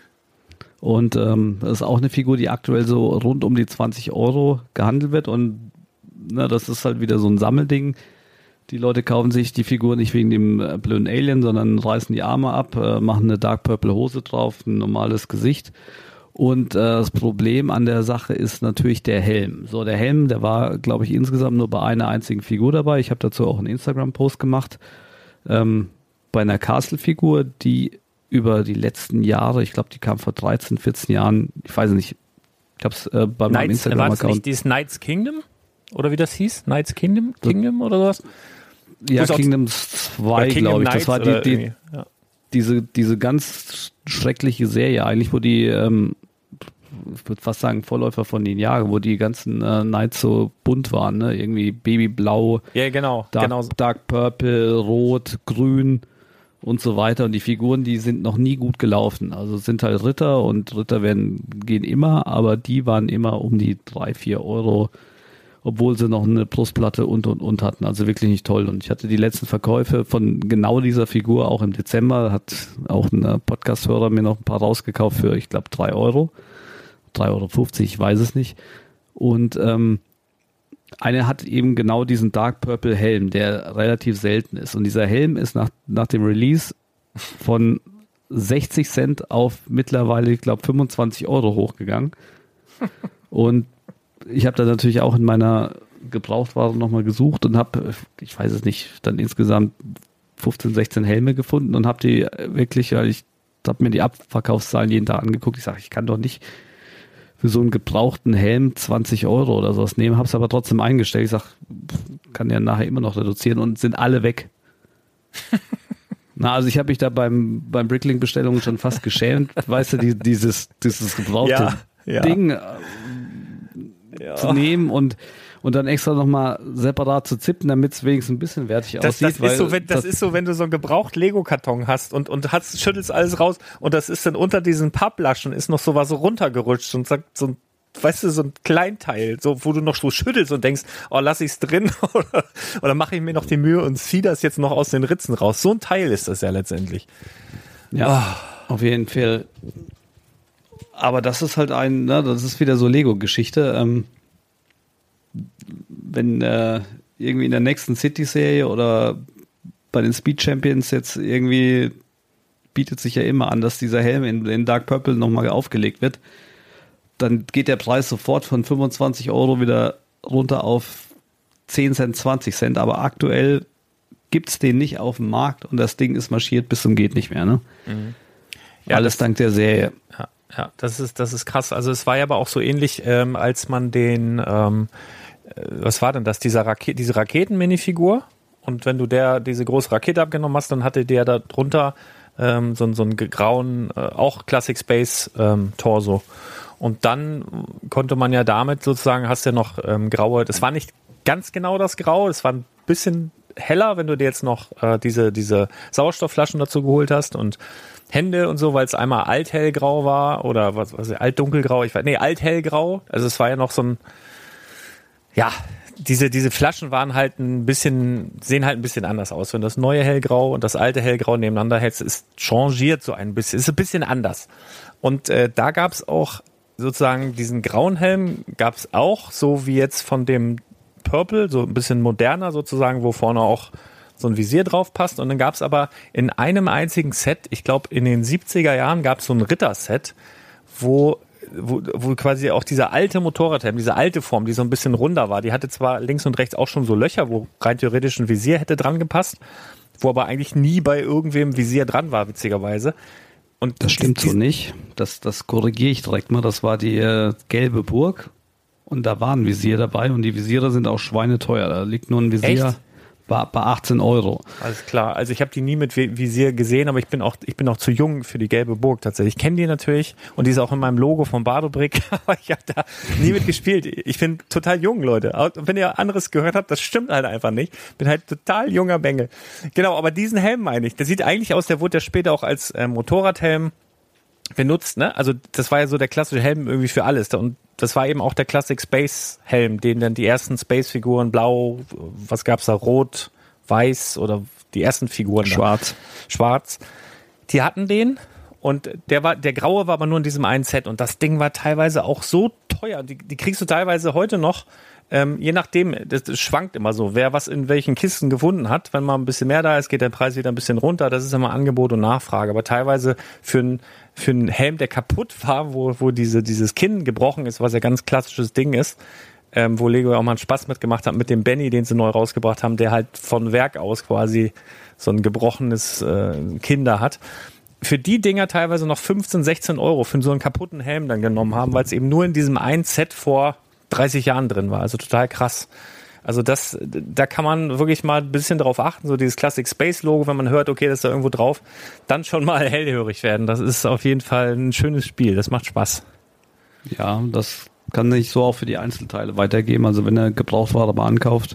Und ähm, das ist auch eine Figur, die aktuell so rund um die zwanzig Euro gehandelt wird. Und na, das ist halt wieder so ein Sammelding. Die Leute kaufen sich die Figur nicht wegen dem äh, blöden Alien, sondern reißen die Arme ab, äh, machen eine Dark Purple Hose drauf, ein normales Gesicht. Und äh, das Problem an der Sache ist natürlich der Helm. So, der Helm, der war, glaube ich, insgesamt nur bei einer einzigen Figur dabei. Ich habe dazu auch einen Instagram-Post gemacht. Ähm, bei einer Castle-Figur, die über die letzten Jahre, ich glaube, die kam vor dreizehn, vierzehn Jahren, ich weiß nicht, ich habe es äh, bei meinem Instagram-Account. War das nicht dieses Knights Kingdom? Oder wie das hieß? Knights Kingdom? Kingdom oder sowas? Ja, Kingdoms zwei, glaube ich. Das war die, die ja. diese, diese ganz schreckliche Serie eigentlich, wo die, ähm, ich würde fast sagen, Vorläufer von den Jahren, wo die ganzen äh, Knights so bunt waren, ne? Irgendwie Babyblau, ja, genau, Dark, genau. Dark Purple, Rot, Grün und so weiter. Und die Figuren, die sind noch nie gut gelaufen. Also sind halt Ritter und Ritter werden, gehen immer, aber die waren immer um die drei, vier Euro, obwohl sie noch eine Plusplatte und und und hatten. Also wirklich nicht toll. Und ich hatte die letzten Verkäufe von genau dieser Figur auch im Dezember, hat auch ein Podcast-Hörer mir noch ein paar rausgekauft für, ich glaube, drei Euro. drei Euro fünfzig, ich weiß es nicht. Und ähm, eine hat eben genau diesen Dark Purple Helm, der relativ selten ist. Und dieser Helm ist nach, nach dem Release von sechzig Cent auf mittlerweile, ich glaube, fünfundzwanzig Euro hochgegangen. Und ich habe da natürlich auch in meiner Gebrauchtware nochmal gesucht und habe, ich weiß es nicht, dann insgesamt fünfzehn, sechzehn Helme gefunden und habe die wirklich, weil ich habe mir die Abverkaufszahlen jeden Tag angeguckt. Ich sage, ich kann doch nicht für so einen gebrauchten Helm zwanzig Euro oder sowas nehmen, habe es aber trotzdem eingestellt. Ich sage, kann ja nachher immer noch reduzieren und sind alle weg. Na, also ich habe mich da beim, beim Bricklink-Bestellungen schon fast geschämt, weißt du, die, dieses, dieses gebrauchte ja, ja. Ding äh, ja. zu nehmen und und dann extra nochmal separat zu zippen, damit es wenigstens ein bisschen wertig das, aussieht. Das, weil ist so, wenn, das, das ist so, wenn du so einen gebraucht Lego-Karton hast und, und hast, schüttelst alles raus und das ist dann unter diesen Papplaschen ist noch so was so runtergerutscht und sagt so ein, weißt du, so ein Kleinteil, so, wo du noch so schüttelst und denkst, oh, lass ich's drin oder, oder mache ich mir noch die Mühe und zieh das jetzt noch aus den Ritzen raus. So ein Teil ist das ja letztendlich. Ja, oh. Auf jeden Fall. Aber das ist halt ein, ne, das ist wieder so Lego-Geschichte. Ähm, wenn äh, irgendwie in der nächsten City-Serie oder bei den Speed Champions jetzt irgendwie bietet sich ja immer an, dass dieser Helm in, in Dark Purple nochmal aufgelegt wird, dann geht der Preis sofort von fünfundzwanzig Euro wieder runter auf zehn Cent, zwanzig Cent, aber aktuell gibt's den nicht auf dem Markt und das Ding ist marschiert bis zum geht nicht mehr, ne? Mhm. Ja, alles das, dank der Serie. Ja, ja, das ist, das ist krass. Also es war ja aber auch so ähnlich, ähm, als man den, ähm, was war denn das, dieser Rake- diese Raketen-Minifigur und wenn du der diese große Rakete abgenommen hast, dann hatte der da drunter ähm, so, so einen grauen, äh, auch Classic Space ähm, Torso. Und dann konnte man ja damit sozusagen, hast du ja noch ähm, graue, das war nicht ganz genau das Grau, das war ein bisschen heller, wenn du dir jetzt noch äh, diese, diese Sauerstoffflaschen dazu geholt hast und Hände und so, weil es einmal althellgrau war oder was weiß ich, altdunkelgrau, ich weiß, nee, althellgrau, also es war ja noch so ein, ja, diese, diese Flaschen waren halt ein bisschen, sehen halt ein bisschen anders aus. Wenn das neue Hellgrau und das alte Hellgrau nebeneinander hältst, ist changiert so ein bisschen, ist ein bisschen anders. Und äh, da gab es auch sozusagen diesen grauen Helm, gab es auch, so wie jetzt von dem Purple, so ein bisschen moderner sozusagen, wo vorne auch so ein Visier drauf passt. Und dann gab es aber in einem einzigen Set, ich glaube in den siebziger Jahren gab es so ein Ritter-Set, wo Wo, wo quasi auch dieser alte Motorradhelm, diese alte Form, die so ein bisschen runder war, die hatte zwar links und rechts auch schon so Löcher, wo rein theoretisch ein Visier hätte dran gepasst, wo aber eigentlich nie bei irgendwem Visier dran war, witzigerweise. Und das stimmt die, so nicht. Das, das korrigiere ich direkt mal. Das war die äh, gelbe Burg und da war ein Visier dabei und die Visiere sind auch schweineteuer. Da liegt nur ein Visier. Echt? Bei, bei achtzehn Euro. Alles klar. Also ich habe die nie mit Visier gesehen, aber ich bin auch ich bin auch zu jung für die gelbe Burg tatsächlich. Ich kenne die natürlich und die ist auch in meinem Logo von Badobrick, aber ich habe da nie mit gespielt. Ich bin total jung, Leute. Wenn ihr anderes gehört habt, das stimmt halt einfach nicht. Bin halt total junger Bengel. Genau, aber diesen Helm meine ich. Der sieht eigentlich aus, der wurde ja später auch als äh, Motorradhelm benutzt, ne? Also das war ja so der klassische Helm irgendwie für alles. Und das war eben auch der Classic Space Helm, den dann die ersten Space-Figuren, blau, was gab's da, rot, weiß oder die ersten Figuren. Schwarz. Da, schwarz. Die hatten den und der war, der graue war aber nur in diesem einen Set und das Ding war teilweise auch so teuer. Die, die kriegst du teilweise heute noch, ähm, je nachdem, das, das schwankt immer so, wer was in welchen Kisten gefunden hat. Wenn mal ein bisschen mehr da ist, geht der Preis wieder ein bisschen runter. Das ist immer Angebot und Nachfrage. Aber teilweise für ein für einen Helm, der kaputt war, wo, wo diese, dieses Kinn gebrochen ist, was ja ganz klassisches Ding ist, ähm, wo Lego ja auch mal einen Spaß mitgemacht hat mit dem Benny, den sie neu rausgebracht haben, der halt von Werk aus quasi so ein gebrochenes äh, Kinn da hat. Für die Dinger teilweise noch fünfzehn, sechzehn Euro für so einen kaputten Helm dann genommen haben, weil es eben nur in diesem einen Set vor dreißig Jahren drin war. Also total krass. Also das, da kann man wirklich mal ein bisschen drauf achten, so dieses Classic Space Logo, wenn man hört, okay, das ist da irgendwo drauf, dann schon mal hellhörig werden. Das ist auf jeden Fall ein schönes Spiel, das macht Spaß. Ja, das kann ich so auch für die Einzelteile weitergeben. Also wenn ihr Gebrauchtware mal ankauft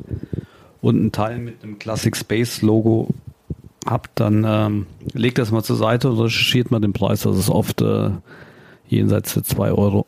und ein Teil mit einem Classic Space Logo habt, dann ähm, legt das mal zur Seite und recherchiert mal den Preis. Das ist oft äh, jenseits der zwei Euro.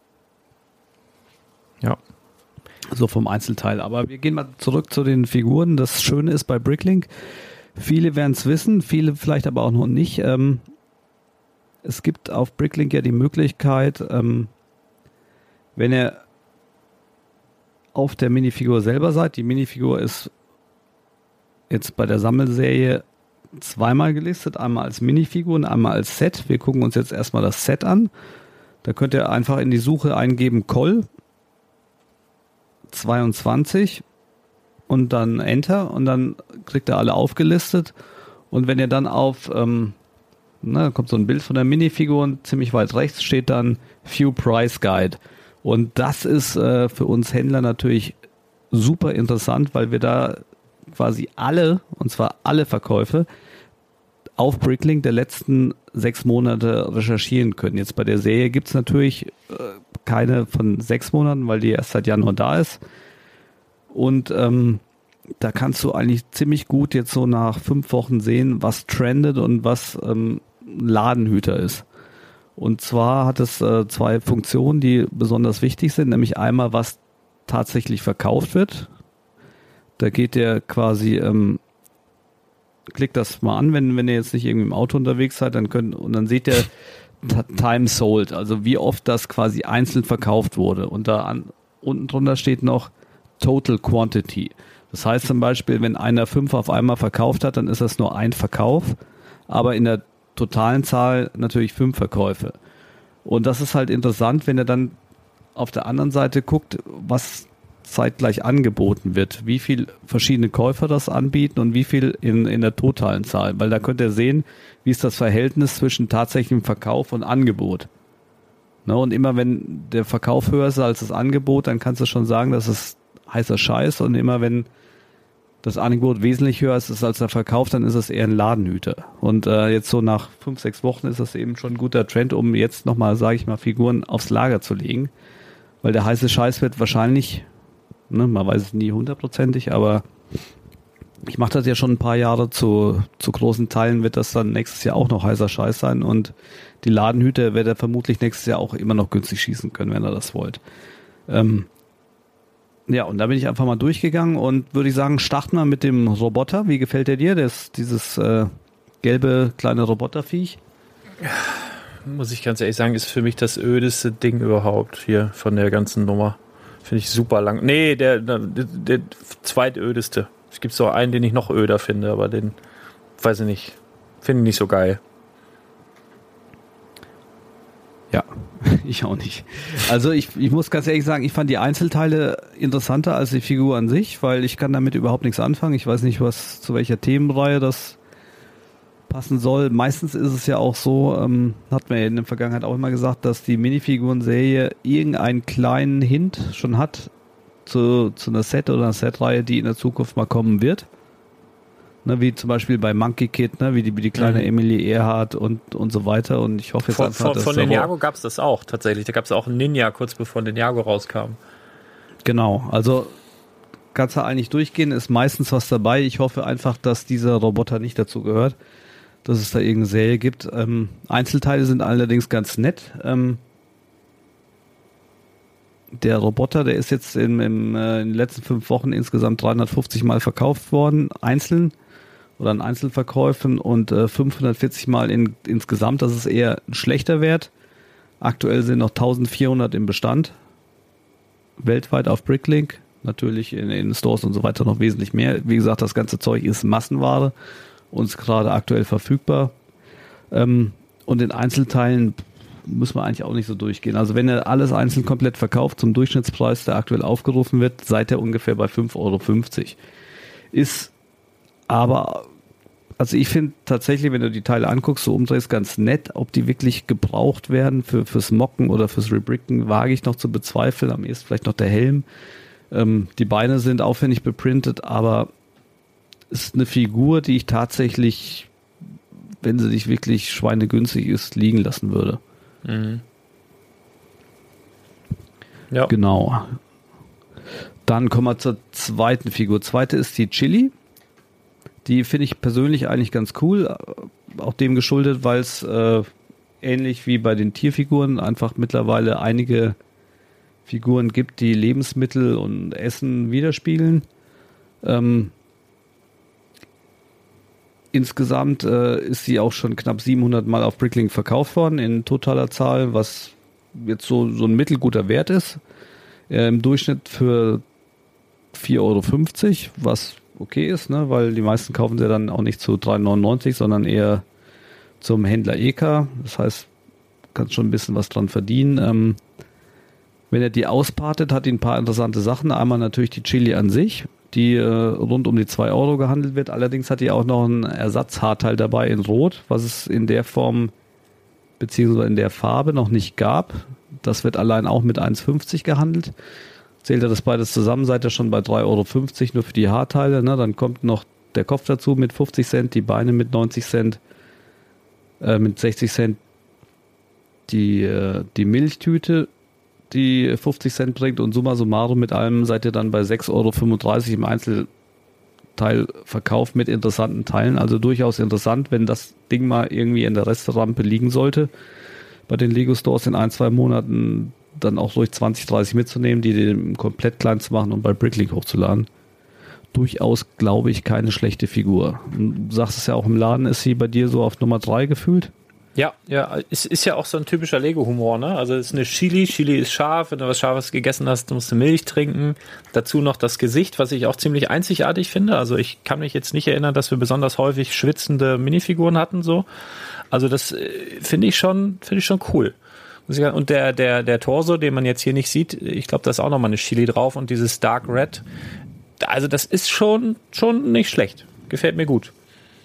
Ja. So vom Einzelteil. Aber wir gehen mal zurück zu den Figuren. Das Schöne ist bei Bricklink, viele werden es wissen, viele vielleicht aber auch noch nicht. Ähm, es gibt auf Bricklink ja die Möglichkeit, ähm, wenn ihr auf der Minifigur selber seid, die Minifigur ist jetzt bei der Sammelserie zweimal gelistet, einmal als Minifigur und einmal als Set. Wir gucken uns jetzt erstmal das Set an. Da könnt ihr einfach in die Suche eingeben Koll zweiundzwanzig und dann Enter und dann kriegt ihr alle aufgelistet und wenn ihr dann auf, ähm, na, da kommt so ein Bild von der Minifigur und ziemlich weit rechts steht dann View Price Guide und das ist äh, für uns Händler natürlich super interessant, weil wir da quasi alle, und zwar alle Verkäufe auf Bricklink der letzten sechs Monate recherchieren können. Jetzt bei der Serie gibt es natürlich äh, keine von sechs Monaten, weil die erst seit Januar da ist. Und ähm, da kannst du eigentlich ziemlich gut jetzt so nach fünf Wochen sehen, was trendet und was ähm, Ladenhüter ist. Und zwar hat es äh, zwei Funktionen, die besonders wichtig sind, nämlich einmal, was tatsächlich verkauft wird. Da geht der quasi, ähm, klickt das mal an, wenn, wenn ihr jetzt nicht irgendwie im Auto unterwegs seid, dann könnt, und dann seht ihr Time sold, also wie oft das quasi einzeln verkauft wurde. Und da an, unten drunter steht noch Total Quantity. Das heißt zum Beispiel, wenn einer fünf auf einmal verkauft hat, dann ist das nur ein Verkauf, aber in der totalen Zahl natürlich fünf Verkäufe. Und das ist halt interessant, wenn ihr dann auf der anderen Seite guckt, was zeitgleich angeboten wird, wie viel verschiedene Käufer das anbieten und wie viel in, in der totalen Zahl, weil da könnt ihr sehen, wie ist das Verhältnis zwischen tatsächlichem Verkauf und Angebot. Ne, und immer wenn der Verkauf höher ist als das Angebot, dann kannst du schon sagen, das ist heißer Scheiß und immer wenn das Angebot wesentlich höher ist als der Verkauf, dann ist es eher ein Ladenhüter. Und äh, jetzt so nach fünf, sechs Wochen ist das eben schon ein guter Trend, um jetzt nochmal, sage ich mal, Figuren aufs Lager zu legen. Weil der heiße Scheiß wird wahrscheinlich, ne, man weiß es nie hundertprozentig, aber ich mache das ja schon ein paar Jahre, zu, zu großen Teilen wird das dann nächstes Jahr auch noch heißer Scheiß sein und die Ladenhüter wird er vermutlich nächstes Jahr auch immer noch günstig schießen können, wenn ihr das wollt. Ähm, ja, und da bin ich einfach mal durchgegangen und würde ich sagen, starten wir mit dem Roboter. Wie gefällt der dir? Das, dieses äh, gelbe kleine Roboterviech? Muss ich ganz ehrlich sagen, ist für mich das ödeste Ding überhaupt hier von der ganzen Nummer. Finde ich super lang. Nee, der, der, der zweitödeste. Es gibt so einen, den ich noch öder finde, aber den, weiß ich nicht, finde ich nicht so geil. Ja, ich auch nicht. Also ich, ich muss ganz ehrlich sagen, ich fand die Einzelteile interessanter als die Figur an sich, weil ich kann damit überhaupt nichts anfangen. Ich weiß nicht, was zu welcher Themenreihe das passen soll. Meistens ist es ja auch so, ähm, hat man ja in der Vergangenheit auch immer gesagt, dass die Minifiguren-Serie irgendeinen kleinen Hint schon hat zu, zu einer Set oder einer Set-Reihe, die in der Zukunft mal kommen wird. Ne, wie zum Beispiel bei Monkey Kid, ne, wie die, wie die kleine mhm. Emily Earhart und, und so weiter. Und ich hoffe jetzt von, einfach, von, dass von Ninjago gab es das auch tatsächlich. Da gab es auch einen Ninja kurz bevor Ninjago rauskam. Genau, also kannst du eigentlich durchgehen, ist meistens was dabei. Ich hoffe einfach, dass dieser Roboter nicht dazu gehört, dass es da irgendeine Serie gibt. Ähm, Einzelteile sind allerdings ganz nett. Ähm, der Roboter, der ist jetzt im, im, äh, in den letzten fünf Wochen insgesamt dreihundertfünfzig Mal verkauft worden, einzeln oder in Einzelverkäufen und äh, fünfhundertvierzig Mal in, insgesamt. Das ist eher ein schlechter Wert. Aktuell sind noch eintausendvierhundert im Bestand. Weltweit auf Bricklink. Natürlich in, in Stores und so weiter noch wesentlich mehr. Wie gesagt, das ganze Zeug ist Massenware und ist gerade aktuell verfügbar. Ähm, und in Einzelteilen müssen wir eigentlich auch nicht so durchgehen. Also wenn ihr alles einzeln komplett verkauft zum Durchschnittspreis, der aktuell aufgerufen wird, seid ihr ungefähr bei fünf Euro fünfzig. Ist aber, also ich finde tatsächlich, wenn du die Teile anguckst, so umdrehst, ganz nett. Ob die wirklich gebraucht werden für, fürs Mocken oder fürs Rebricken, wage ich noch zu bezweifeln. Am ehesten vielleicht noch der Helm. Ähm, die Beine sind aufwendig beprintet, aber ist eine Figur, die ich tatsächlich, wenn sie nicht wirklich schweinegünstig ist, liegen lassen würde. Mhm. Ja. Genau. Dann kommen wir zur zweiten Figur. Zweite ist die Chili. Die finde ich persönlich eigentlich ganz cool. Auch dem geschuldet, weil es äh, ähnlich wie bei den Tierfiguren einfach mittlerweile einige Figuren gibt, die Lebensmittel und Essen widerspiegeln. Ähm, insgesamt äh, ist sie auch schon knapp siebenhundert Mal auf Bricklink verkauft worden in totaler Zahl, was jetzt so, so ein mittelguter Wert ist. Äh, Im Durchschnitt für vier Euro fünfzig, was okay ist, ne, weil die meisten kaufen sie dann auch nicht zu drei neunundneunzig, sondern eher zum Händler E K. Das heißt, kannst schon ein bisschen was dran verdienen. Ähm, wenn er die auspartet, hat die ein paar interessante Sachen. Einmal natürlich die Chili an sich, die äh, rund um die zwei Euro gehandelt wird. Allerdings hat die auch noch ein Ersatzhaarteil dabei in Rot, was es in der Form beziehungsweise in der Farbe noch nicht gab. Das wird allein auch mit eins fünfzig gehandelt. Zählt ihr das beides zusammen, seid ihr schon bei drei Euro fünfzig nur für die Haarteile. Ne? Dann kommt noch der Kopf dazu mit fünfzig Cent, die Beine mit neunzig Cent, äh, mit sechzig Cent die, äh, die Milchtüte, die fünfzig Cent bringt, und summa summarum mit allem seid ihr dann bei sechs Euro fünfunddreißig im Einzelteilverkauf mit interessanten Teilen. Also durchaus interessant, wenn das Ding mal irgendwie in der Resterampe liegen sollte, bei den Lego Stores in ein, zwei Monaten dann auch durch zwanzig, dreißig mitzunehmen, die den komplett klein zu machen und bei Bricklink hochzuladen. Durchaus, glaube ich, keine schlechte Figur. Du sagst es ja auch im Laden, ist sie bei dir so auf Nummer drei gefühlt? Ja, ja, es ist ja auch so ein typischer Lego-Humor, ne? Also es ist eine Chili, Chili ist scharf, wenn du was Scharfes gegessen hast, musst du Milch trinken. Dazu noch das Gesicht, was ich auch ziemlich einzigartig finde. Also ich kann mich jetzt nicht erinnern, dass wir besonders häufig schwitzende Minifiguren hatten, so. Also das äh, finde ich schon, finde ich schon cool. Und der, der, der Torso, den man jetzt hier nicht sieht, ich glaube, da ist auch nochmal eine Chili drauf und dieses Dark Red. Also das ist schon, schon nicht schlecht. Gefällt mir gut.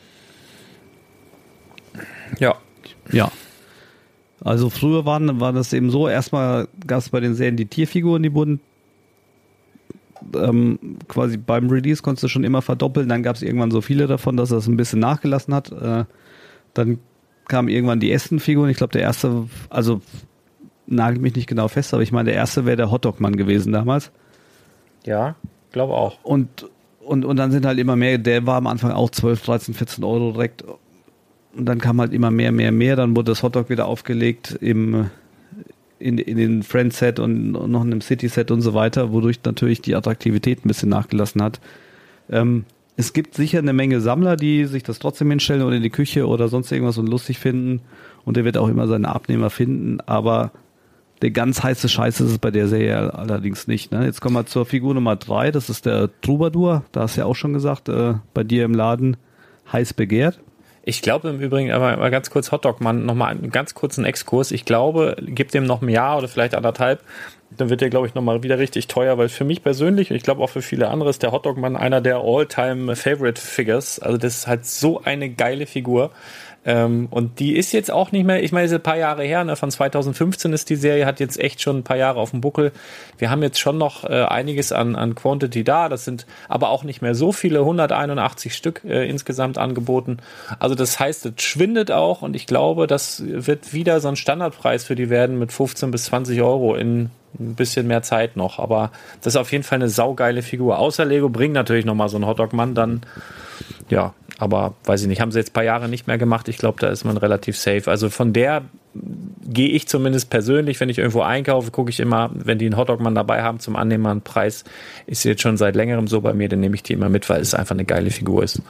Ja. Ja. Also früher waren, war das eben so, erstmal gab es bei den Serien die Tierfiguren, die wurden ähm, quasi beim Release konntest du schon immer verdoppeln, dann gab es irgendwann so viele davon, dass das ein bisschen nachgelassen hat. Äh, dann kamen irgendwann die ersten Figuren. Ich glaube, der erste, also nagelt mich nicht genau fest, aber ich meine, der erste wäre der Hotdog-Mann gewesen damals. Ja, glaube auch. Und, und, und dann sind halt immer mehr, der war am Anfang auch zwölf, dreizehn, vierzehn Euro direkt. Und dann kam halt immer mehr, mehr, mehr. Dann wurde das Hotdog wieder aufgelegt im, in, in den Friend-Set und, und noch in einem City-Set und so weiter, wodurch natürlich die Attraktivität ein bisschen nachgelassen hat. Ähm, es gibt sicher eine Menge Sammler, die sich das trotzdem hinstellen oder in die Küche oder sonst irgendwas und lustig finden. Und der wird auch immer seine Abnehmer finden. Aber der ganz heiße Scheiß ist es bei der Serie allerdings nicht. Ne? Jetzt kommen wir zur Figur Nummer drei. Das ist der Troubadour. Da hast du ja auch schon gesagt, äh, bei dir im Laden heiß begehrt. Ich glaube im Übrigen, aber mal ganz kurz Hotdog-Mann, nochmal einen ganz kurzen Exkurs. Ich glaube, gib dem noch ein Jahr oder vielleicht anderthalb, dann wird der, glaube ich, nochmal wieder richtig teuer, weil für mich persönlich und ich glaube auch für viele andere ist der Hotdog-Mann einer der All-Time-Favorite-Figures. Also das ist halt so eine geile Figur. Ähm, und die ist jetzt auch nicht mehr, ich meine, ist ein paar Jahre her, ne, von zwanzig fünfzehn ist die Serie, hat jetzt echt schon ein paar Jahre auf dem Buckel. Wir haben jetzt schon noch äh, einiges an, an Quantity da, das sind aber auch nicht mehr so viele, hunderteinundachtzig Stück äh, insgesamt angeboten. Also das heißt, es schwindet auch und ich glaube, das wird wieder so ein Standardpreis für die werden mit fünfzehn bis zwanzig Euro in ein bisschen mehr Zeit noch, aber das ist auf jeden Fall eine saugeile Figur. Außer Lego bringt natürlich nochmal so einen Hotdog-Mann, dann ja, aber weiß ich nicht, haben sie jetzt ein paar Jahre nicht mehr gemacht. Ich glaube, da ist man relativ safe. Also von der gehe ich zumindest persönlich, wenn ich irgendwo einkaufe, gucke ich immer, wenn die einen Hotdog-Mann dabei haben zum annehmbaren Preis, ist jetzt schon seit längerem so bei mir, dann nehme ich die immer mit, weil es einfach eine geile Figur ist.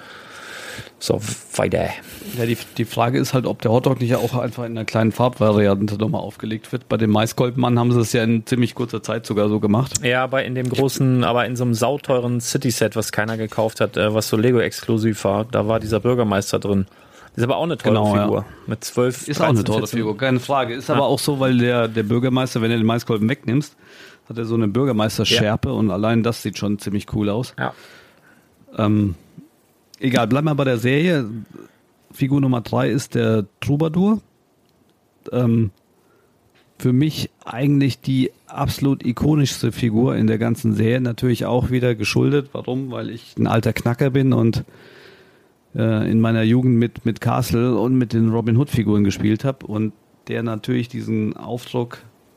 So, weiter. Ja, die, die Frage ist halt, ob der Hotdog nicht auch einfach in einer kleinen Farbvariante nochmal aufgelegt wird. Bei dem Maiskolbenmann haben sie es ja in ziemlich kurzer Zeit sogar so gemacht. Ja, aber in dem großen, aber in so einem sauteuren City-Set, was keiner gekauft hat, was so Lego-exklusiv war, da war dieser Bürgermeister drin. Ist aber auch eine teure genau, Figur. Ja. Mit zwölf, Ist auch eine teure Figur, keine Frage. Ist ja. aber auch so, weil der, der Bürgermeister, wenn er den Maiskolben wegnimmst, hat er so eine Bürgermeisterschärpe ja. und allein das sieht schon ziemlich cool aus. Ja. Ähm, Egal, bleiben wir bei der Serie. Figur Nummer drei ist der Troubadour. Ähm, für mich eigentlich die absolut ikonischste Figur in der ganzen Serie. Natürlich auch wieder geschuldet. Warum? Weil ich ein alter Knacker bin und äh, in meiner Jugend mit, mit Castle und mit den Robin Hood Figuren gespielt habe und der natürlich diesen Aufdruck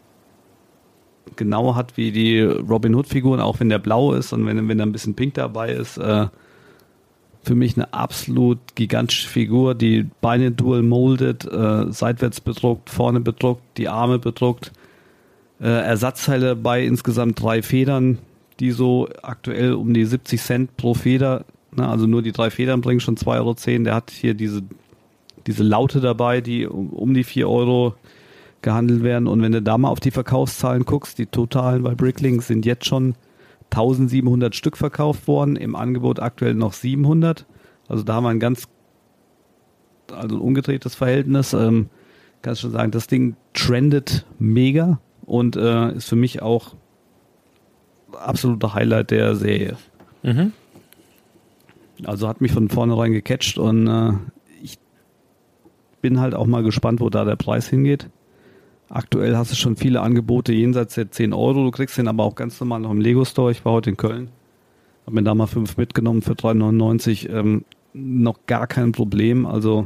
genau hat wie die Robin Hood Figuren, auch wenn der blau ist und wenn, wenn da ein bisschen pink dabei ist. Äh, Für mich eine absolut gigantische Figur, die Beine dual molded, äh, seitwärts bedruckt, vorne bedruckt, die Arme bedruckt, äh, Ersatzteile dabei, insgesamt drei Federn, die so aktuell um die siebzig Cent pro Feder, ne, also nur die drei Federn bringen schon zwei Euro zehn. Der hat hier diese, diese Laute dabei, die um, um die vier Euro gehandelt werden. Und wenn du da mal auf die Verkaufszahlen guckst, die totalen bei Bricklink sind jetzt schon eintausendsiebenhundert Stück verkauft worden, im Angebot aktuell noch siebenhundert. Also da haben wir ein ganz, also ein umgedrehtes Verhältnis. Ähm, kannst schon sagen, das Ding trendet mega und äh, ist für mich auch absoluter Highlight der Serie. Mhm. Also hat mich von vornherein gecatcht und äh, ich bin halt auch mal gespannt, wo da der Preis hingeht. Aktuell hast du schon viele Angebote jenseits der zehn Euro. Du kriegst den aber auch ganz normal noch im Lego-Store. Ich war heute in Köln, habe mir da mal fünf mitgenommen für drei neunundneunzig. Ähm, noch gar kein Problem. Also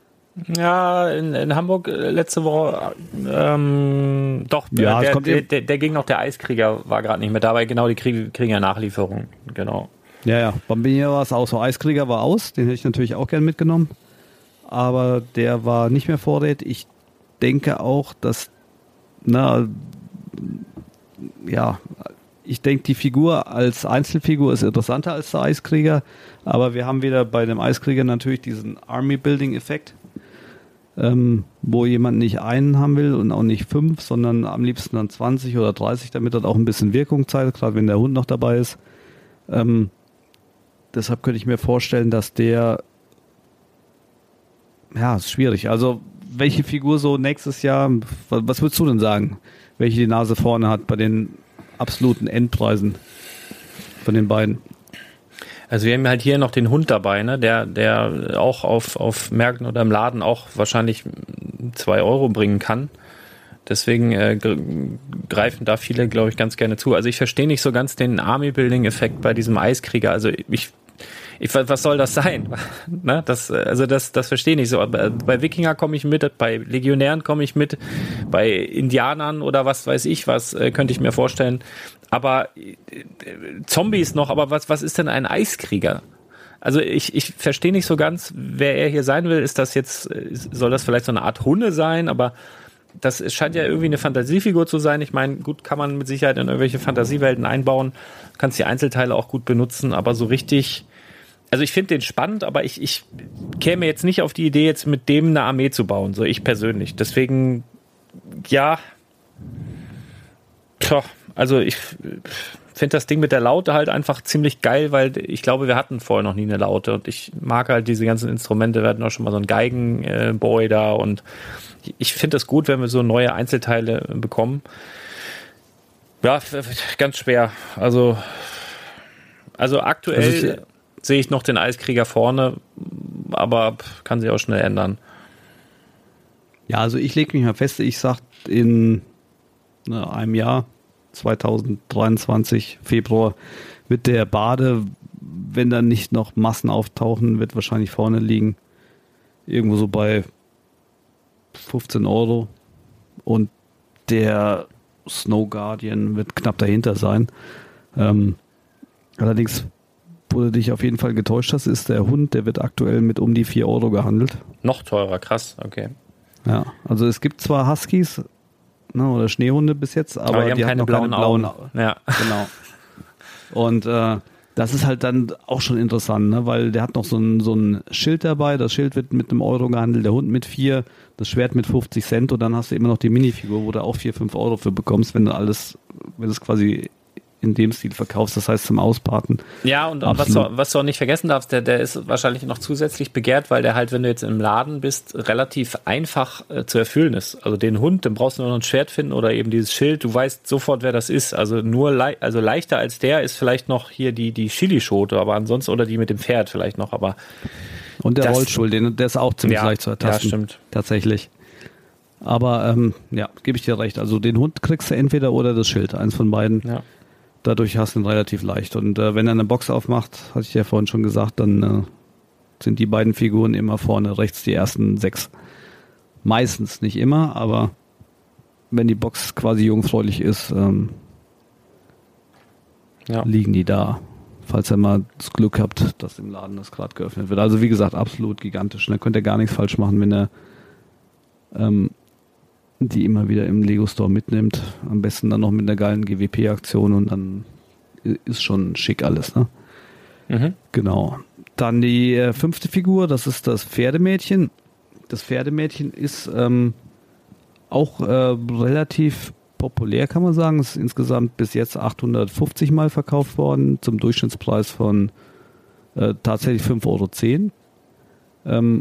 ja, in, in Hamburg letzte Woche ähm, doch, ja, der, es kommt der, der, der ging noch, der Eiskrieger war gerade nicht mehr dabei. Genau, die kriegen, kriegen ja Nachlieferung. Genau. Ja, ja. Bei mir war es auch so. Eiskrieger war aus. Den hätte ich natürlich auch gern mitgenommen. Aber der war nicht mehr vorrätig. Ich denke auch, dass, na, ja, ich denke, die Figur als Einzelfigur ist interessanter als der Eiskrieger, aber wir haben wieder bei dem Eiskrieger natürlich diesen Army-Building-Effekt, ähm, wo jemand nicht einen haben will und auch nicht fünf, sondern am liebsten dann zwanzig oder dreißig, damit das auch ein bisschen Wirkung zeigt, gerade wenn der Hund noch dabei ist. Ähm, deshalb könnte ich mir vorstellen, dass der, ja, ist schwierig, also welche Figur so nächstes Jahr, was würdest du denn sagen, welche die Nase vorne hat bei den absoluten Endpreisen von den beiden? Also wir haben halt hier noch den Hund dabei, ne, der, der auch auf, auf Märkten oder im Laden auch wahrscheinlich zwei Euro bringen kann. Deswegen äh, gr- greifen da viele, glaube ich, ganz gerne zu. Also ich verstehe nicht so ganz den Army-Building-Effekt bei diesem Eiskrieger. Also ich, ich was soll das sein? ne? Das, also das, das verstehe ich nicht so. Aber bei Wikinger komme ich mit, bei Legionären komme ich mit, bei Indianern oder was weiß ich was, äh, könnte ich mir vorstellen. Aber äh, Zombies noch, aber was, was ist denn ein Eiskrieger? Also ich, ich verstehe nicht so ganz, wer er hier sein will. Ist das jetzt, soll das vielleicht so eine Art Hunde sein? Aber das scheint ja irgendwie eine Fantasiefigur zu sein. Ich meine, gut, kann man mit Sicherheit in irgendwelche Fantasiewelten einbauen. Kannst die Einzelteile auch gut benutzen, aber so richtig, also ich finde den spannend, aber ich, ich käme jetzt nicht auf die Idee, jetzt mit dem eine Armee zu bauen, so ich persönlich. Deswegen, ja, tja, also ich finde das Ding mit der Laute halt einfach ziemlich geil, weil ich glaube, wir hatten vorher noch nie eine Laute und ich mag halt diese ganzen Instrumente. Wir hatten auch schon mal so einen Geigenboy äh, da und ich finde das gut, wenn wir so neue Einzelteile bekommen. Ja, ganz schwer. Also, also aktuell also ich, sehe ich noch den Eiskrieger vorne, aber kann sich auch schnell ändern. Ja, also ich lege mich mal fest, ich sag in ne, einem Jahr, zwanzig dreiundzwanzig, Februar, wird der Bade, wenn dann nicht noch Massen auftauchen, wird wahrscheinlich vorne liegen. Irgendwo so bei fünfzehn Euro. Und der Snow Guardian wird knapp dahinter sein. Ähm, allerdings, wo du dich auf jeden Fall getäuscht hast, ist der Hund, der wird aktuell mit um die vier Euro gehandelt. Noch teurer, krass, okay. Ja, also es gibt zwar Huskies, ne, oder Schneehunde bis jetzt, aber, aber die, die haben keine, blauen, keine blauen Augen. Ja. Genau. Und äh, das ist halt dann auch schon interessant, ne, weil der hat noch so ein, so ein Schild dabei, das Schild wird mit einem Euro gehandelt, der Hund mit vier, das Schwert mit fünfzig Cent und dann hast du immer noch die Minifigur, wo du auch vier, fünf Euro für bekommst, wenn du alles, wenn du es quasi in dem Stil verkaufst, das heißt zum Ausparten. Ja, und was du, was du auch nicht vergessen darfst, der, der ist wahrscheinlich noch zusätzlich begehrt, weil der halt, wenn du jetzt im Laden bist, relativ einfach äh, zu erfüllen ist. Also den Hund, den brauchst du nur noch ein Schwert finden oder eben dieses Schild, du weißt sofort, wer das ist. Also nur le- also leichter als der ist vielleicht noch hier die, die Chilischote, aber ansonsten, oder die mit dem Pferd vielleicht noch, aber und der das, Rollstuhl, den, der ist auch ziemlich ja, leicht zu ertasten. Ja, stimmt. Tatsächlich. Aber ähm, ja, gebe ich dir recht. Also den Hund kriegst du entweder oder das Schild, eins von beiden. Ja. Dadurch hast du ihn relativ leicht. Und äh, wenn er eine Box aufmacht, hatte ich ja vorhin schon gesagt, dann äh, sind die beiden Figuren immer vorne rechts die ersten sechs. Meistens, nicht immer, aber wenn die Box quasi jungfräulich ist, ähm, ja. liegen die da. Falls ihr mal das Glück habt, dass im Laden das gerade geöffnet wird. Also wie gesagt, absolut gigantisch. Und da könnt ihr gar nichts falsch machen, wenn ihr ähm, die immer wieder im Lego Store mitnimmt. Am besten dann noch mit einer geilen G W P-Aktion und dann ist schon schick alles, ne? Mhm. Genau. Dann die äh, fünfte Figur, das ist das Pferdemädchen. Das Pferdemädchen ist ähm, auch äh, relativ populär, kann man sagen. Es ist insgesamt bis jetzt achthundertfünfzig Mal verkauft worden, zum Durchschnittspreis von äh, tatsächlich fünf Euro zehn. Ähm,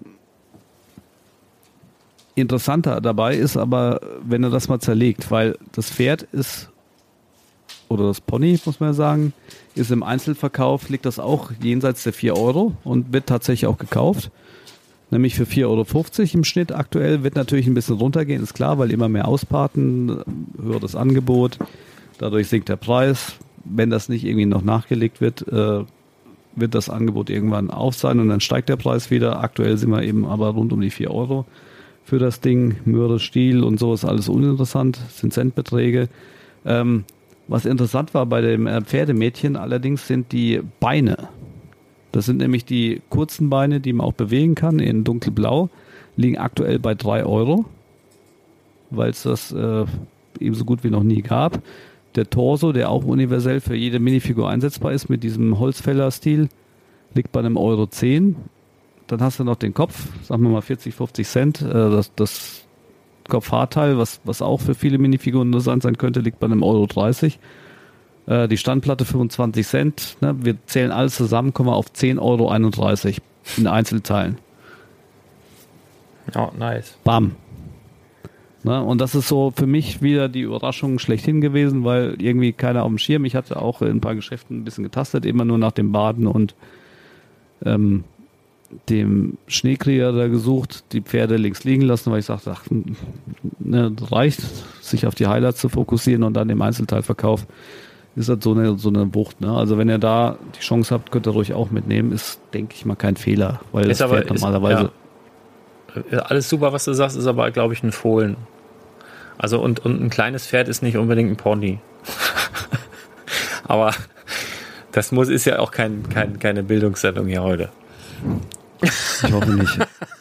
Interessanter dabei ist aber, wenn er das mal zerlegt, weil das Pferd ist, oder das Pony, muss man ja sagen, ist im Einzelverkauf, liegt das auch jenseits der vier Euro und wird tatsächlich auch gekauft, nämlich für vier Euro fünfzig im Schnitt aktuell, wird natürlich ein bisschen runtergehen, ist klar, weil immer mehr Ausparten, höheres Angebot, dadurch sinkt der Preis, wenn das nicht irgendwie noch nachgelegt wird, äh, wird das Angebot irgendwann auf sein und dann steigt der Preis wieder, aktuell sind wir eben aber rund um die vier Euro. Für das Ding, Möhre, Stiel und so ist alles uninteressant, sind Centbeträge. Ähm, was interessant war bei dem Pferdemädchen allerdings sind die Beine. Das sind nämlich die kurzen Beine, die man auch bewegen kann, in dunkelblau, liegen aktuell bei drei Euro, weil es das äh, ebenso gut wie noch nie gab. Der Torso, der auch universell für jede Minifigur einsetzbar ist, mit diesem Holzfäller-Stil, liegt bei einem Euro zehn. Dann hast du noch den Kopf, sagen wir mal vierzig, fünfzig Cent. Äh, das das Kopfhaarteil, was, was auch für viele Minifiguren interessant sein könnte, liegt bei einem Euro dreißig. Äh, die Standplatte fünfundzwanzig Cent. Ne? Wir zählen alles zusammen, kommen wir auf zehn Euro einunddreißig in Einzelteilen. Ja, nice. Bam. Ne? Und das ist so für mich wieder die Überraschung schlechthin gewesen, weil irgendwie keiner auf dem Schirm. Ich hatte auch in ein paar Geschäften ein bisschen getastet, immer nur nach dem Baden und ähm, dem Schneekrieger da gesucht, die Pferde links liegen lassen, weil ich sagte, ach, ne, reicht, sich auf die Highlights zu fokussieren und dann im Einzelteilverkauf ist das so eine, so eine Wucht. Ne? Also wenn ihr da die Chance habt, könnt ihr ruhig auch mitnehmen, ist, denke ich mal, kein Fehler, weil ist das aber, Pferd normalerweise... Ist, ja, alles super, was du sagst, ist aber, glaube ich, ein Fohlen. Also und, und ein kleines Pferd ist nicht unbedingt ein Pony. Aber das muss, ist ja auch kein, kein, keine Bildungssendung hier heute. Ich hoffe nicht.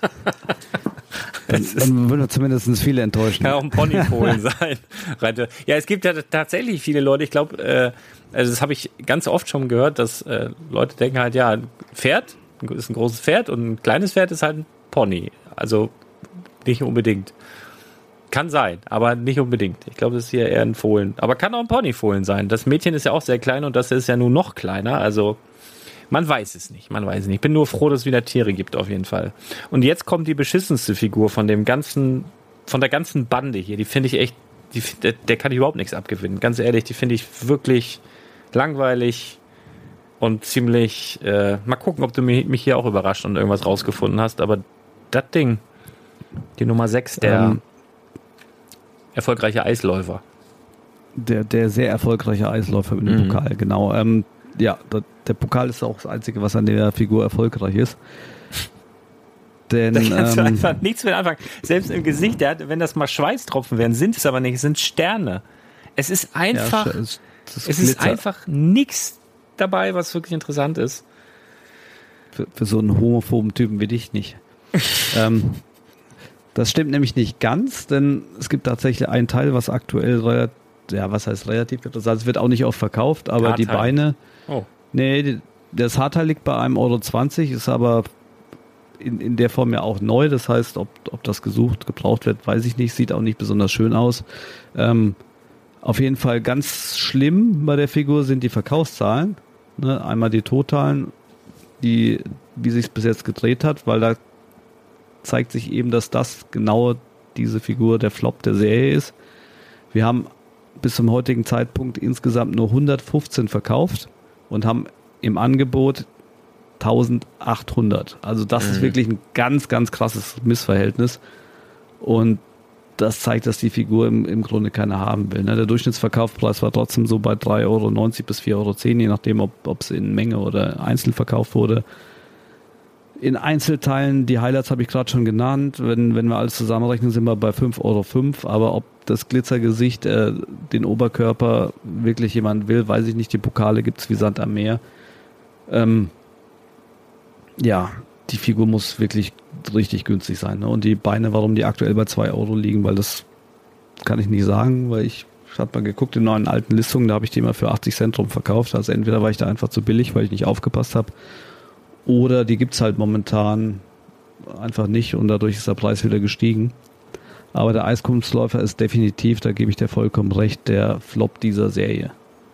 Dann, dann würde zumindest viele enttäuschen. Kann auch ein Ponyfohlen sein. Ja, es gibt ja tatsächlich viele Leute, ich glaube, äh, also das habe ich ganz oft schon gehört, dass äh, Leute denken halt, ja, ein Pferd ist ein großes Pferd und ein kleines Pferd ist halt ein Pony. Also nicht unbedingt. Kann sein, aber nicht unbedingt. Ich glaube, das ist hier eher ein Fohlen. Aber kann auch ein Ponyfohlen sein. Das Mädchen ist ja auch sehr klein und das ist ja nun noch kleiner. Also man weiß es nicht, man weiß es nicht. Ich bin nur froh, dass es wieder Tiere gibt, auf jeden Fall. Und jetzt kommt die beschissenste Figur von dem ganzen, von der ganzen Bande hier. Die finde ich echt, die, der, der kann ich überhaupt nichts abgewinnen. Ganz ehrlich, die finde ich wirklich langweilig und ziemlich, äh, mal gucken, ob du mich, mich hier auch überrascht und irgendwas rausgefunden hast. Aber das Ding, die Nummer sechs, der ähm, erfolgreiche Eisläufer. Der, der sehr erfolgreiche Eisläufer mit dem mhm. Pokal, genau. Ähm, ja, der, der Pokal ist auch das Einzige, was an der Figur erfolgreich ist. Denn, da kannst du ähm, einfach nichts mit anfangen. Selbst im Gesicht, der hat, wenn das mal Schweißtropfen wären, sind es aber nicht, es sind Sterne. Es ist einfach, ja, es, es ist, ist einfach nichts dabei, was wirklich interessant ist. Für, für so einen homophoben Typen wie dich nicht. ähm, das stimmt nämlich nicht ganz, denn es gibt tatsächlich einen Teil, was aktuell relativ, ja, was heißt relativ interessant, es wird auch nicht oft verkauft, aber Haarteil. Die Beine, oh. nee, die, das Haarteil liegt bei einem Euro zwanzig, ist aber in, in der Form ja auch neu, das heißt, ob, ob das gesucht, gebraucht wird, weiß ich nicht, sieht auch nicht besonders schön aus. Ähm, auf jeden Fall ganz schlimm bei der Figur sind die Verkaufszahlen, ne? Einmal die Totalen, die, wie sich es bis jetzt gedreht hat, weil da zeigt sich eben, dass das genau diese Figur der Flop der Serie ist. Wir haben bis zum heutigen Zeitpunkt insgesamt nur hundertfünfzehn verkauft und haben im Angebot eintausendachthundert. Also das mhm. ist wirklich ein ganz, ganz krasses Missverhältnis. Und das zeigt, dass die Figur im, im Grunde keiner haben will. Ne? Der Durchschnittsverkaufspreis war trotzdem so bei drei Euro neunzig bis vier Euro zehn, je nachdem, ob es in Menge oder einzeln verkauft wurde. In Einzelteilen, die Highlights habe ich gerade schon genannt, wenn, wenn wir alles zusammenrechnen, sind wir bei fünf Euro fünf, aber ob das Glitzergesicht, äh, den Oberkörper wirklich jemand will, weiß ich nicht, die Pokale gibt es wie Sand am Meer. Ähm, ja, die Figur muss wirklich richtig günstig sein. Ne? Und die Beine, warum die aktuell bei zwei Euro liegen, weil das kann ich nicht sagen, weil ich habe mal geguckt in neuen alten Listungen, da habe ich die immer für achtzig Cent rum verkauft, also entweder war ich da einfach zu billig, weil ich nicht aufgepasst habe, oder die gibt es halt momentan einfach nicht und dadurch ist der Preis wieder gestiegen. Aber der Eiskunstläufer ist definitiv, da gebe ich dir vollkommen recht, der Flop dieser Serie.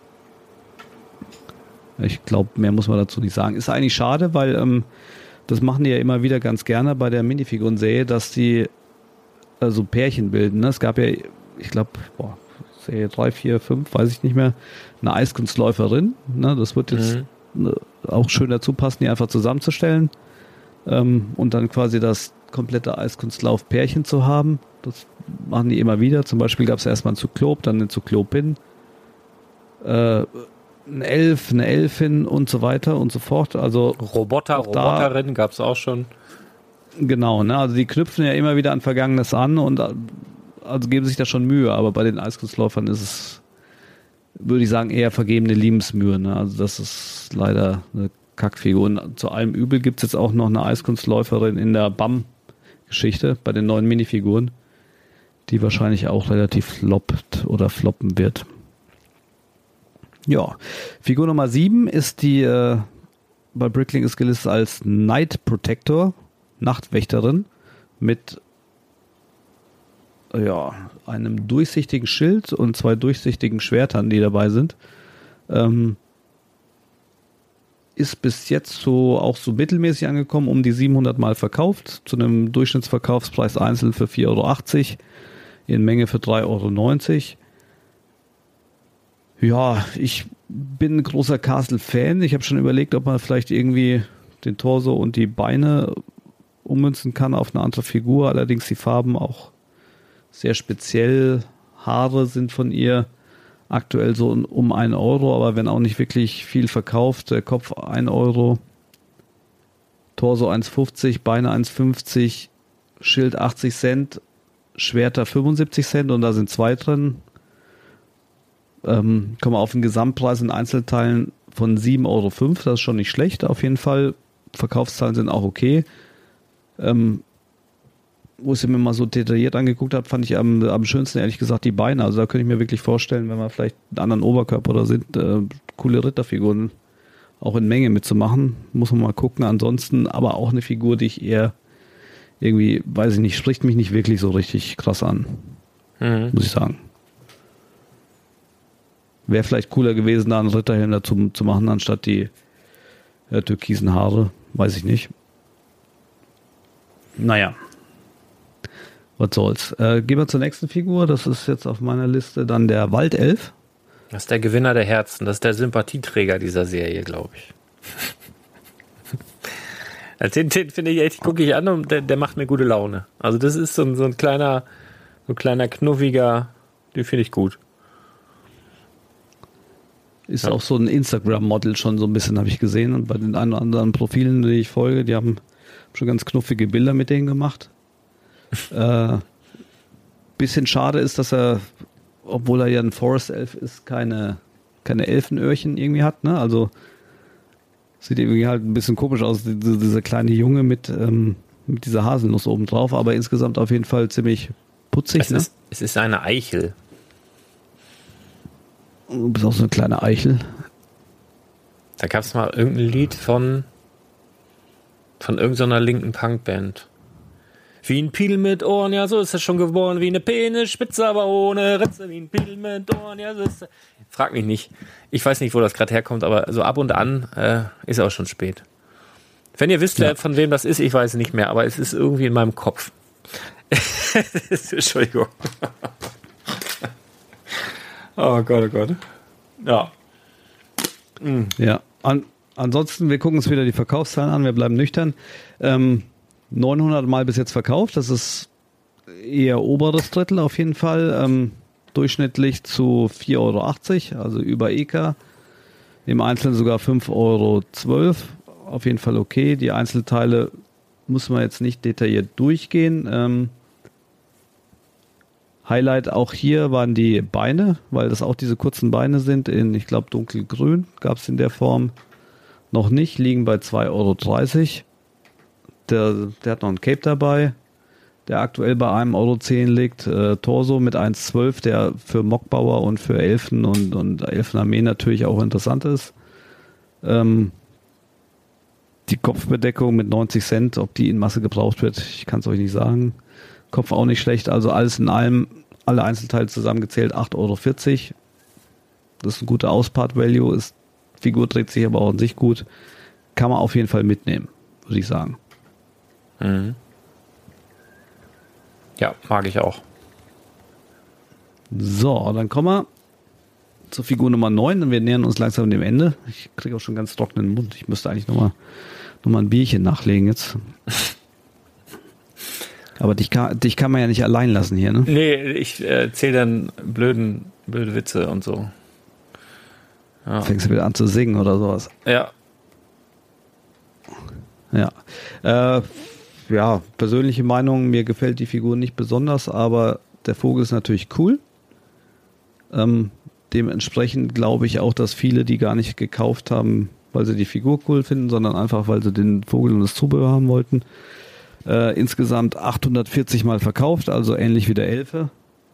Ich glaube, mehr muss man dazu nicht sagen. Ist eigentlich schade, weil ähm, das machen die ja immer wieder ganz gerne bei der Minifiguren-Serie, dass die also Pärchen bilden. Ne? Es gab ja, ich glaube, Serie drei, vier, fünf, weiß ich nicht mehr, eine Eiskunstläuferin. Ne? Das wird jetzt mhm. auch schön dazu passen, die einfach zusammenzustellen ähm, und dann quasi das komplette Eiskunstlauf-Pärchen zu haben. Das machen die immer wieder. Zum Beispiel gab es erstmal ein Zyklop, dann eine Zyklopin, äh, ein Elf, eine Elfin und so weiter und so fort. Also Roboter, Roboterin gab es auch schon. Genau, ne? Also die knüpfen ja immer wieder an Vergangenes an und also geben sich da schon Mühe, aber bei den Eiskunstläufern ist es, würde ich sagen, eher vergebene Liebensmühe. Ne? Also das ist leider eine Kackfigur. Und zu allem Übel gibt es jetzt auch noch eine Eiskunstläuferin in der B A M-Geschichte bei den neuen Minifiguren, die wahrscheinlich auch relativ floppt oder floppen wird. Ja, Figur Nummer sieben ist die, äh, bei Bricklink ist gelistet als Night Protector, Nachtwächterin, mit ja, einem durchsichtigen Schild und zwei durchsichtigen Schwertern, die dabei sind. Ähm, ist bis jetzt so auch so mittelmäßig angekommen, um die siebenhundert Mal verkauft, zu einem Durchschnittsverkaufspreis einzeln für vier Euro achtzig, in Menge für drei Euro neunzig. Ja, ich bin ein großer Castle-Fan. Ich habe schon überlegt, ob man vielleicht irgendwie den Torso und die Beine ummünzen kann auf eine andere Figur, allerdings die Farben auch sehr speziell. Haare sind von ihr aktuell so um einen Euro, aber wenn auch nicht wirklich viel verkauft. Der Kopf ein Euro, Torso eins fünfzig, Beine eins fünfzig, Schild achtzig Cent, Schwerter fünfundsiebzig Cent und da sind zwei drin. Ähm, kommen wir auf den Gesamtpreis in Einzelteilen von sieben Euro fünf, das ist schon nicht schlecht, auf jeden Fall. Verkaufszahlen sind auch okay. Ähm, wo ich sie mir mal so detailliert angeguckt habe, fand ich am, am schönsten, ehrlich gesagt, die Beine. Also da könnte ich mir wirklich vorstellen, wenn man vielleicht einen anderen Oberkörper oder sind, äh, coole Ritterfiguren auch in Menge mitzumachen. Muss man mal gucken. Ansonsten aber auch eine Figur, die ich eher irgendwie, weiß ich nicht, spricht mich nicht wirklich so richtig krass an. Mhm. Muss ich sagen. Wäre vielleicht cooler gewesen, da einen Ritterhelm dazu zu machen, anstatt die äh, türkisen Haare. Weiß ich nicht. Naja. Was soll's. Äh, gehen wir zur nächsten Figur. Das ist jetzt auf meiner Liste dann der Waldelf. Das ist der Gewinner der Herzen. Das ist der Sympathieträger dieser Serie, glaube ich. Also den, den finde ich echt, gucke ich an und der, der macht mir gute Laune. Also das ist so ein, so ein kleiner, so ein kleiner knuffiger, den finde ich gut. Ist ja auch so ein Instagram-Model schon so ein bisschen, habe ich gesehen. Und bei den ein oder anderen Profilen, die ich folge, die haben schon ganz knuffige Bilder mit denen gemacht. äh, bisschen schade ist, dass er, obwohl er ja ein Forest Elf ist, keine, keine Elfenöhrchen irgendwie hat. Ne? Also sieht irgendwie halt ein bisschen komisch aus, diese, dieser kleine Junge mit, ähm, mit dieser Haselnuss oben drauf. Aber insgesamt auf jeden Fall ziemlich putzig. Es, ne? ist, es ist eine Eichel. Du bist auch so eine kleine Eichel. Da gab es mal irgendein Lied von von irgendeiner linken Punkband. Wie ein Piel mit Ohren, ja, so ist er schon geboren. Wie eine Penisspitze, aber ohne Ritze. Wie ein Piel mit Ohren, ja, so ist er. Frag mich nicht. Ich weiß nicht, wo das gerade herkommt, aber so ab und an äh, ist auch schon spät. Wenn ihr wisst, ja. wer, von wem das ist, ich weiß es nicht mehr, aber es ist irgendwie in meinem Kopf. Entschuldigung. Oh Gott, oh Gott. Ja. Mhm. Ja. An, ansonsten, wir gucken uns wieder die Verkaufszahlen an, wir bleiben nüchtern. Ähm, neunhundert Mal bis jetzt verkauft, das ist eher oberes Drittel auf jeden Fall. Ähm, durchschnittlich zu vier Euro achtzig, also über E K. Im Einzelnen sogar fünf Euro zwölf. Auf jeden Fall okay. Die Einzelteile muss man jetzt nicht detailliert durchgehen. Ähm, Highlight auch hier waren die Beine, weil das auch diese kurzen Beine sind in, ich glaube, dunkelgrün. Gab es in der Form noch nicht, liegen bei zwei Euro dreißig. Der, der hat noch ein Cape dabei, der aktuell bei einem Euro zehn liegt. Äh, Torso mit eins zwölf, der für Mockbauer und für Elfen und, und Elfenarmee natürlich auch interessant ist. Ähm, die Kopfbedeckung mit neunzig Cent, ob die in Masse gebraucht wird, ich kann es euch nicht sagen. Kopf auch nicht schlecht, also alles in allem, alle Einzelteile zusammengezählt, acht Euro vierzig. Das ist ein guter Auspart-Value, ist, Figur trägt sich aber auch an sich gut. Kann man auf jeden Fall mitnehmen, würde ich sagen. Mhm. Ja, mag ich auch. So, dann kommen wir zur Figur Nummer neun und wir nähern uns langsam dem Ende. Ich kriege auch schon ganz trockenen Mund. Ich müsste eigentlich nochmal noch mal ein Bierchen nachlegen jetzt. Aber dich kann, dich kann man ja nicht allein lassen hier, ne? Nee, ich äh, zähle dann blöden, blöde Witze und so. Ja. Fängst du wieder an zu singen oder sowas? Ja. Ja. Äh, ja, persönliche Meinung, mir gefällt die Figur nicht besonders, aber der Vogel ist natürlich cool. Ähm, dementsprechend glaube ich auch, dass viele die gar nicht gekauft haben, weil sie die Figur cool finden, sondern einfach, weil sie den Vogel und das Zubehör haben wollten. Äh, insgesamt achthundertvierzig Mal verkauft, also ähnlich wie der Elfe.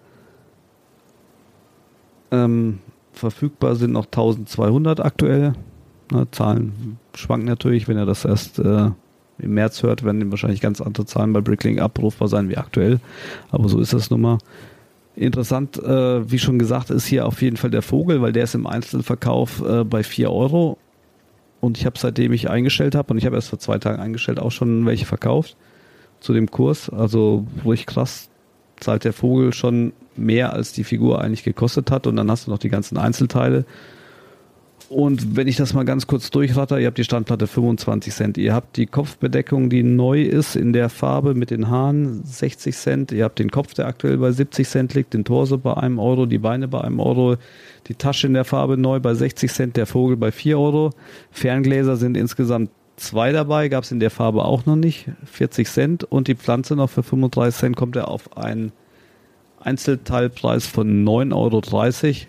Ähm, verfügbar sind noch eintausendzweihundert aktuell. Na, Zahlen schwanken natürlich, wenn ihr das erst äh, im März hört, werden wahrscheinlich ganz andere Zahlen bei Bricklink abrufbar sein wie aktuell. Aber so ist das nun mal. Interessant, äh, wie schon gesagt, ist hier auf jeden Fall der Vogel, weil der ist im Einzelverkauf äh, bei vier Euro. Und ich habe, seitdem ich eingestellt habe, und ich habe erst vor zwei Tagen eingestellt, auch schon welche verkauft zu dem Kurs. Also ruhig krass, zahlt der Vogel schon mehr, als die Figur eigentlich gekostet hat. Und dann hast du noch die ganzen Einzelteile. Und wenn ich das mal ganz kurz durchratter, ihr habt die Standplatte fünfundzwanzig Cent, ihr habt die Kopfbedeckung, die neu ist in der Farbe mit den Haaren, sechzig Cent, ihr habt den Kopf, der aktuell bei siebzig Cent liegt, den Torso bei einem Euro, die Beine bei einem Euro, die Tasche in der Farbe neu bei sechzig Cent, der Vogel bei vier Euro. Ferngläser sind insgesamt zwei dabei, gab es in der Farbe auch noch nicht, vierzig Cent, und die Pflanze noch für fünfunddreißig Cent kommt er auf einen Einzelteilpreis von neun Euro dreißig.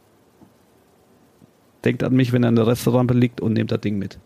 Denkt an mich, wenn er an der Resterampe liegt, und nehmt das Ding mit.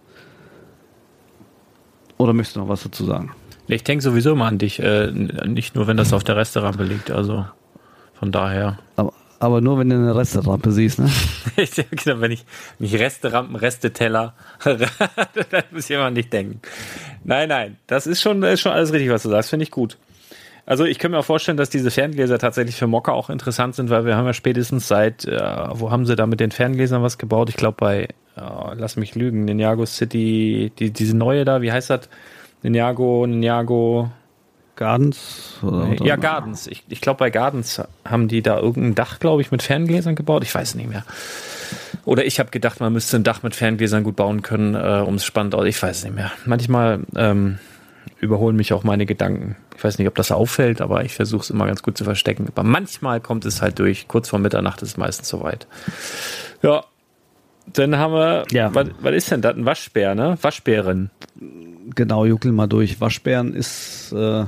Oder möchtest du noch was dazu sagen? Ich denke sowieso mal an dich, äh, nicht nur, wenn das auf der Resterampe liegt, also von daher. Aber, aber nur, wenn du eine Resterampe siehst, ne? Genau, wenn ich nicht Resterampen, Resteteller, dann muss ich immer an dich denken. Nein, nein, das ist schon, ist schon alles richtig, was du sagst, finde ich gut. Also ich kann mir auch vorstellen, dass diese Ferngläser tatsächlich für Mocker auch interessant sind, weil wir haben ja spätestens seit, äh, wo haben sie da mit den Ferngläsern was gebaut? Ich glaube bei, äh, lass mich lügen, Ninjago City, die, diese neue da, wie heißt das? Ninjago, Ninjago... Gardens? Oder, oder ja, Gardens. Ich, ich glaube bei Gardens haben die da irgendein Dach, glaube ich, mit Ferngläsern gebaut. Ich weiß nicht mehr. Oder ich habe gedacht, man müsste ein Dach mit Ferngläsern gut bauen können, äh, um es spannend aussieht. Ich weiß es nicht mehr. Manchmal... Ähm, überholen mich auch meine Gedanken. Ich weiß nicht, ob das auffällt, aber ich versuche es immer ganz gut zu verstecken. Aber manchmal kommt es halt durch. Kurz vor Mitternacht ist es meistens soweit. Ja, dann haben wir, ja. was, was ist denn das? Ein Waschbär, ne? Waschbären. Genau, juckel mal durch. Waschbären ist, äh,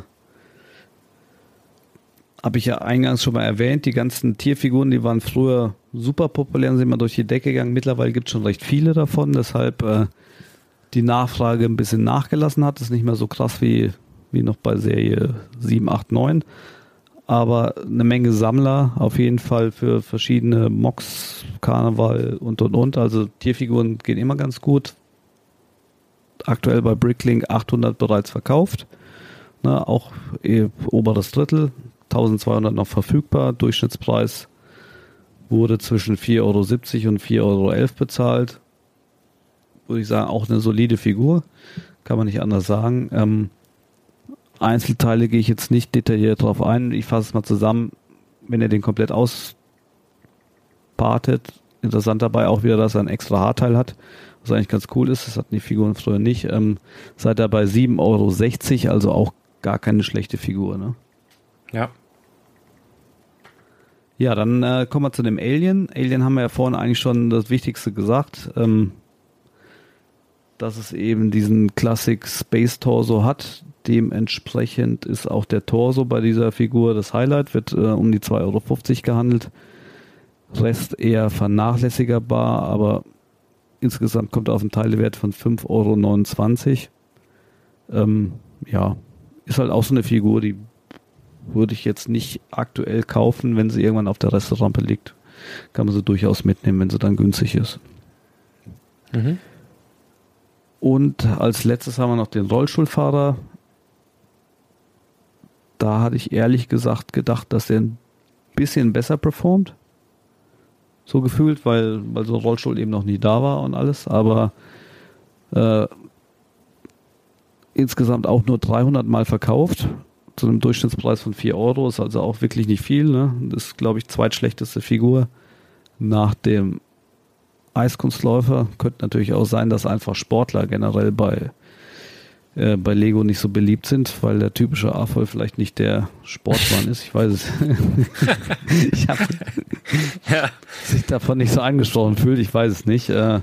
habe ich ja eingangs schon mal erwähnt, die ganzen Tierfiguren, die waren früher super populär und sind mal durch die Decke gegangen. Mittlerweile gibt es schon recht viele davon, deshalb äh, die Nachfrage ein bisschen nachgelassen hat. Das ist nicht mehr so krass wie, wie noch bei Serie sieben, acht, neun. Aber eine Menge Sammler auf jeden Fall für verschiedene Mocks, Karneval und und und. Also Tierfiguren gehen immer ganz gut. Aktuell bei Bricklink achthundert bereits verkauft. Ne, auch eh, oberes Drittel. eintausendzweihundert noch verfügbar. Durchschnittspreis wurde zwischen vier Euro siebzig und vier Euro elf bezahlt. Würde ich sagen, auch eine solide Figur. Kann man nicht anders sagen. Ähm, Einzelteile gehe ich jetzt nicht detailliert drauf ein. Ich fasse es mal zusammen. Wenn ihr den komplett auspartet, interessant dabei auch wieder, dass er ein extra Haarteil hat, was eigentlich ganz cool ist. Das hatten die Figuren früher nicht. Ähm, seid ihr bei sieben Euro sechzig, also auch gar keine schlechte Figur. Ne? Ja. Ja, dann äh, kommen wir zu dem Alien. Alien haben wir ja vorhin eigentlich schon das Wichtigste gesagt. Ähm, dass es eben diesen Classic Space Torso hat. Dementsprechend ist auch der Torso bei dieser Figur das Highlight, wird äh, um die zwei Euro fünfzig gehandelt. Rest eher vernachlässigbar, aber insgesamt kommt er auf einen Teilewert von fünf Euro neunundzwanzig. Ähm, ja, ist halt auch so eine Figur, die würde ich jetzt nicht aktuell kaufen, wenn sie irgendwann auf der Restaurante liegt. Kann man sie durchaus mitnehmen, wenn sie dann günstig ist. Mhm. Und als letztes haben wir noch den Rollstuhlfahrer. Da hatte ich ehrlich gesagt gedacht, dass er ein bisschen besser performt. So gefühlt, weil, weil so ein Rollstuhl eben noch nie da war und alles. Aber äh, insgesamt auch nur dreihundert Mal verkauft. Zu einem Durchschnittspreis von vier Euro. Ist also auch wirklich nicht viel. Ne? Das ist, glaube ich, zweitschlechteste Figur nach dem Eiskunstläufer. Könnte natürlich auch sein, dass einfach Sportler generell bei, äh, bei Lego nicht so beliebt sind, weil der typische Affe vielleicht nicht der Sportmann ist. Ich weiß es. Ich habe ja. sich davon nicht so angesprochen fühlt. Ich weiß es nicht. Äh,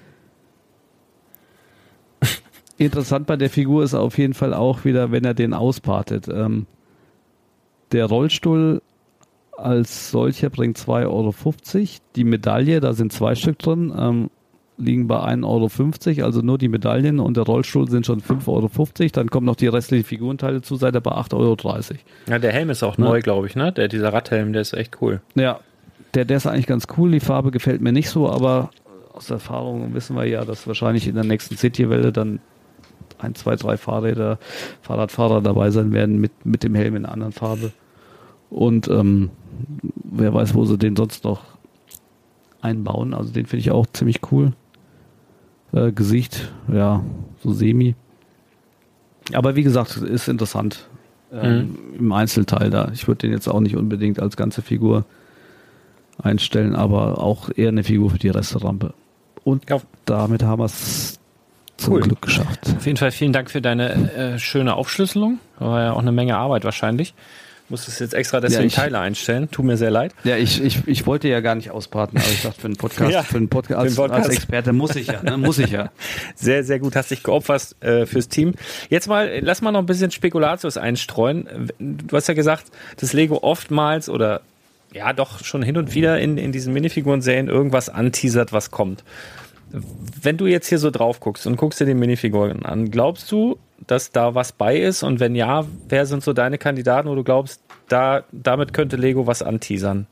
interessant bei der Figur ist auf jeden Fall auch wieder, wenn er den auspartet. Ähm, der Rollstuhl als solcher bringt zwei Euro fünfzig. Die Medaille, da sind zwei Stück drin, ähm, liegen bei ein Euro fünfzig, also nur die Medaillen, und der Rollstuhl sind schon fünf Euro fünfzig. Dann kommen noch die restlichen Figurenteile zu, seid ihr bei acht Euro dreißig. Ja, der Helm ist auch ne? neu, glaube ich, ne? Der, dieser Radhelm, der ist echt cool. Ja, der, der ist eigentlich ganz cool. Die Farbe gefällt mir nicht so, aber aus Erfahrung wissen wir ja, dass wahrscheinlich in der nächsten City-Welle dann ein, zwei, drei Fahrräder, Fahrradfahrer dabei sein werden mit, mit dem Helm in einer anderen Farbe. Und ähm, wer weiß, wo sie den sonst noch einbauen. Also den finde ich auch ziemlich cool. Äh, Gesicht, ja, so semi. Aber wie gesagt, ist interessant ähm, mhm. im Einzelteil da. Ich würde den jetzt auch nicht unbedingt als ganze Figur einstellen, aber auch eher eine Figur für die Resterampe. Und ja, damit haben wir es zum cool. Glück geschafft. Auf jeden Fall vielen Dank für deine äh, schöne Aufschlüsselung. War ja auch eine Menge Arbeit wahrscheinlich. Musstest jetzt extra deswegen ja, ich, Teile einstellen. Tut mir sehr leid. Ja, ich, ich, ich wollte ja gar nicht ausbraten, aber ich dachte, für einen Podcast, ja, für einen Podcast, als, Podcast. als Experte muss ich ja, ne? muss ich ja. Sehr, sehr gut. Hast dich geopfert äh, fürs Team. Jetzt mal, lass mal noch ein bisschen Spekulatius einstreuen. Du hast ja gesagt, dass Lego oftmals oder ja doch schon hin und wieder in, in diesen Minifiguren-Serien irgendwas anteasert, was kommt. Wenn du jetzt hier so drauf guckst und guckst dir die Minifiguren an, glaubst du, dass da was bei ist? Und wenn ja, wer sind so deine Kandidaten, wo du glaubst, da, damit könnte Lego was anteasern?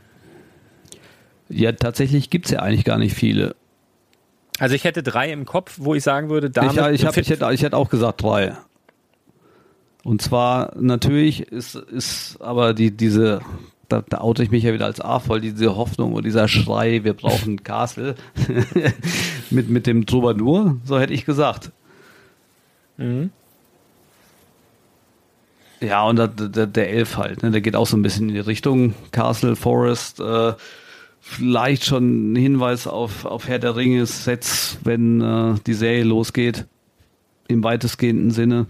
Ja, tatsächlich gibt es ja eigentlich gar nicht viele. Also ich hätte drei im Kopf, wo ich sagen würde, damit... Ich, ich, hab, ich, hätte, ich hätte auch gesagt drei. Und zwar natürlich ist, ist aber die, diese... Da, da oute ich mich ja wieder als A voll, diese Hoffnung und dieser Schrei, wir brauchen Castle mit, mit dem Troubadour, so hätte ich gesagt. Mhm. Ja, und der, der, der Elf halt, ne, der geht auch so ein bisschen in die Richtung Castle, Forest, äh, vielleicht schon ein Hinweis auf, auf Herr der Ringe Sets, wenn äh, die Serie losgeht, im weitestgehenden Sinne.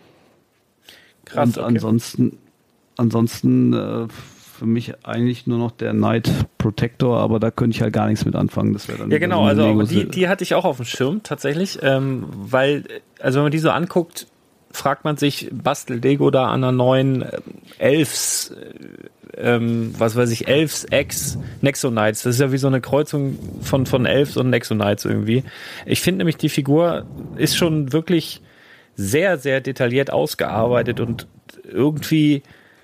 Krass, und okay. ansonsten, ansonsten äh, für mich eigentlich nur noch der Knight Protector, aber da könnte ich halt gar nichts mit anfangen. Das wäre dann ja, genau, also die, die hatte ich auch auf dem Schirm tatsächlich, ähm, weil, also wenn man die so anguckt, fragt man sich, bastelt Lego da an einer neuen äh, Elfs, äh, ähm, was weiß ich, Elfs X Nexo-Knights. Das ist ja wie so eine Kreuzung von, von Elfs und Nexo-Knights irgendwie. Ich finde nämlich, die Figur ist schon wirklich sehr, sehr detailliert ausgearbeitet und irgendwie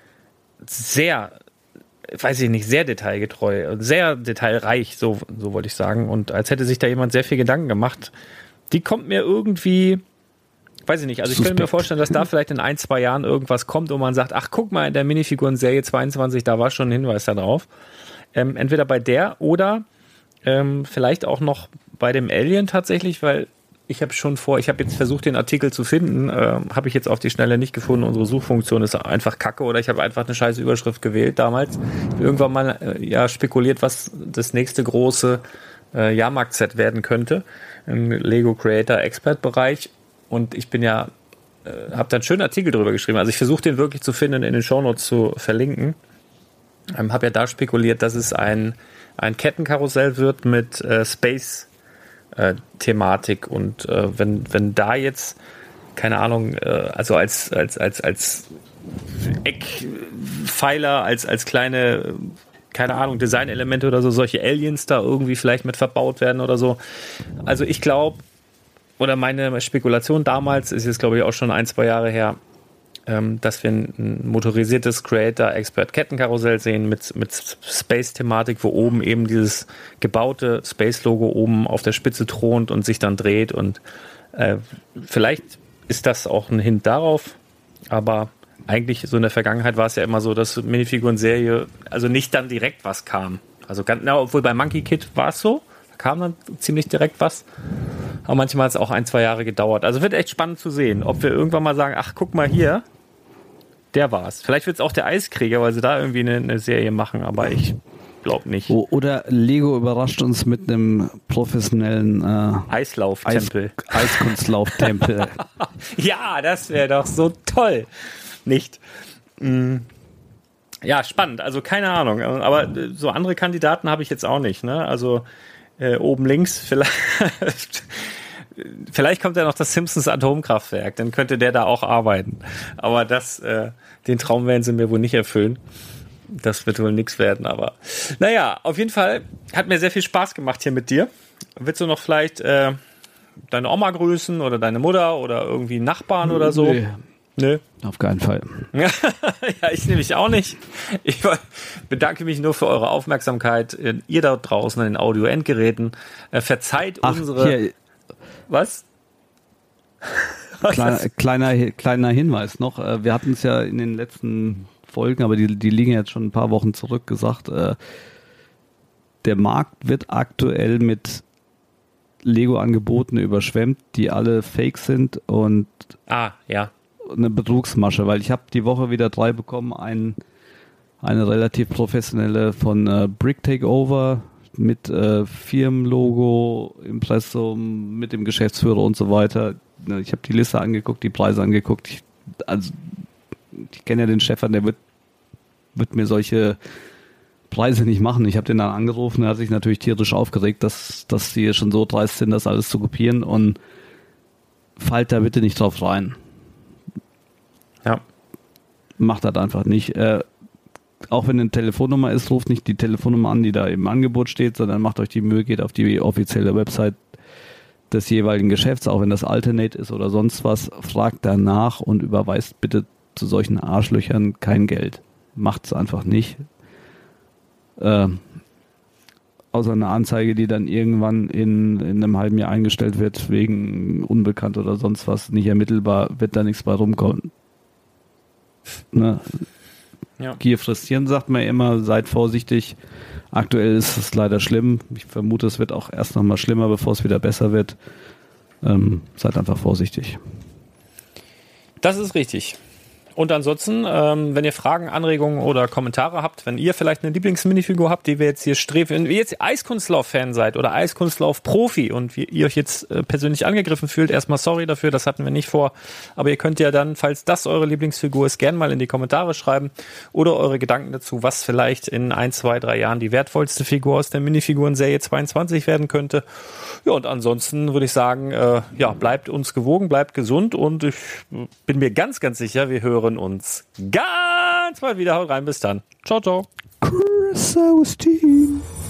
sehr, weiß ich nicht, sehr detailgetreu, sehr detailreich, so, so wollte ich sagen. Und als hätte sich da jemand sehr viel Gedanken gemacht. Die kommt mir irgendwie, weiß ich nicht, also ich könnte mir vorstellen, dass da vielleicht in ein, zwei Jahren irgendwas kommt und man sagt, ach guck mal, in der Minifiguren-Serie zweiundzwanzig, da war schon ein Hinweis da drauf. Ähm, entweder bei der oder ähm, vielleicht auch noch bei dem Alien tatsächlich, weil ich habe schon vor, ich habe jetzt versucht, den Artikel zu finden, äh, habe ich jetzt auf die Schnelle nicht gefunden. Unsere Suchfunktion ist einfach kacke oder ich habe einfach eine scheiß Überschrift gewählt damals. Ich habe irgendwann mal äh, ja spekuliert, was das nächste große äh, Jahrmarkt-Set werden könnte im Lego Creator Expert Bereich. Und ich bin ja, äh, habe da einen schönen Artikel drüber geschrieben. Also ich versuche den wirklich zu finden, in den Shownotes zu verlinken. Ähm, habe ja da spekuliert, dass es ein, ein Kettenkarussell wird mit äh, Space Äh, Thematik und äh, wenn wenn da jetzt keine Ahnung äh, also als als als als Eckpfeiler als als kleine keine Ahnung Designelemente oder so solche Aliens da irgendwie vielleicht mit verbaut werden oder so, also ich glaube oder meine Spekulation damals ist jetzt glaube ich auch schon ein zwei Jahre her, ähm, dass wir ein, ein motorisiertes Creator Expert Kettenkarussell sehen mit, mit Space-Thematik, wo oben eben dieses gebaute Space-Logo oben auf der Spitze thront und sich dann dreht und äh, vielleicht ist das auch ein Hint darauf, aber eigentlich so in der Vergangenheit war es ja immer so, dass Minifiguren-Serie, also nicht dann direkt was kam. Also ganz, na, obwohl bei Monkey Kid war es so, da kam dann ziemlich direkt was. Aber manchmal hat es auch ein, zwei Jahre gedauert. Also wird echt spannend zu sehen, ob wir irgendwann mal sagen, ach, guck mal hier, der war's. Vielleicht wird es auch der Eiskrieger, weil sie da irgendwie eine, eine Serie machen, aber ich glaube nicht. Oder Lego überrascht uns mit einem professionellen äh, Eislauftempel. Eis, Eiskunstlauftempel. Ja, das wäre doch so toll. Nicht? Mm. Ja, spannend. Also keine Ahnung. Aber so andere Kandidaten habe ich jetzt auch nicht. Ne? Also äh, oben links vielleicht... Vielleicht kommt ja noch das Simpsons Atomkraftwerk, dann könnte der da auch arbeiten. Aber das, äh, den Traum werden sie mir wohl nicht erfüllen. Das wird wohl nichts werden, aber naja, auf jeden Fall hat mir sehr viel Spaß gemacht hier mit dir. Willst du noch vielleicht äh, deine Oma grüßen oder deine Mutter oder irgendwie Nachbarn oder so? Nee. Nö. Auf keinen Fall. Ja, ich nämlich auch nicht. Ich bedanke mich nur für eure Aufmerksamkeit. Ihr da draußen an den Audio-Endgeräten. Äh, verzeiht Ach, unsere... Hier. Was? Was kleiner, kleiner, kleiner Hinweis noch. Wir hatten es ja in den letzten Folgen, aber die, die liegen jetzt schon ein paar Wochen zurück, gesagt, der Markt wird aktuell mit Lego-Angeboten überschwemmt, die alle fake sind und ah, ja. eine Betrugsmasche, weil ich habe die Woche wieder drei bekommen, ein, eine relativ professionelle von äh, Brick Takeover, mit äh, Firmenlogo, Impressum, mit dem Geschäftsführer und so weiter. Ich habe die Liste angeguckt, die Preise angeguckt. Ich, also ich kenne ja den Stefan, der wird, wird mir solche Preise nicht machen. Ich habe den dann angerufen, er hat sich natürlich tierisch aufgeregt, dass, dass die schon so dreist sind, das alles zu kopieren, und fallt da bitte nicht drauf rein. Ja. Macht das einfach nicht. Äh, auch wenn eine Telefonnummer ist, ruft nicht die Telefonnummer an, die da im Angebot steht, sondern macht euch die Mühe, geht auf die offizielle Website des jeweiligen Geschäfts, auch wenn das Alternate ist oder sonst was, fragt danach und überweist bitte zu solchen Arschlöchern kein Geld. Macht es einfach nicht. Äh, außer eine Anzeige, die dann irgendwann in, in einem halben Jahr eingestellt wird, wegen unbekannt oder sonst was, nicht ermittelbar, wird da nichts bei rumkommen. Ne? Ja. Gier frisst Hirn, sagt man immer, seid vorsichtig. Aktuell ist es leider schlimm. Ich vermute, es wird auch erst nochmal schlimmer, bevor es wieder besser wird. Ähm, seid einfach vorsichtig. Das ist richtig. Und ansonsten, ähm, wenn ihr Fragen, Anregungen oder Kommentare habt, wenn ihr vielleicht eine Lieblingsminifigur habt, die wir jetzt hier streben, wenn ihr jetzt Eiskunstlauf-Fan seid oder Eiskunstlauf-Profi und wie ihr euch jetzt äh, persönlich angegriffen fühlt, erstmal sorry dafür, das hatten wir nicht vor. Aber ihr könnt ja dann, falls das eure Lieblingsfigur ist, gerne mal in die Kommentare schreiben oder eure Gedanken dazu, was vielleicht in ein, zwei, drei Jahren die wertvollste Figur aus der Minifiguren-Serie zweiundzwanzig werden könnte. Ja, und ansonsten würde ich sagen, äh, ja, bleibt uns gewogen, bleibt gesund, und ich bin mir ganz, ganz sicher, wir hören uns ganz bald wieder. Haut rein, bis dann. Ciao, ciao. Chris Austin.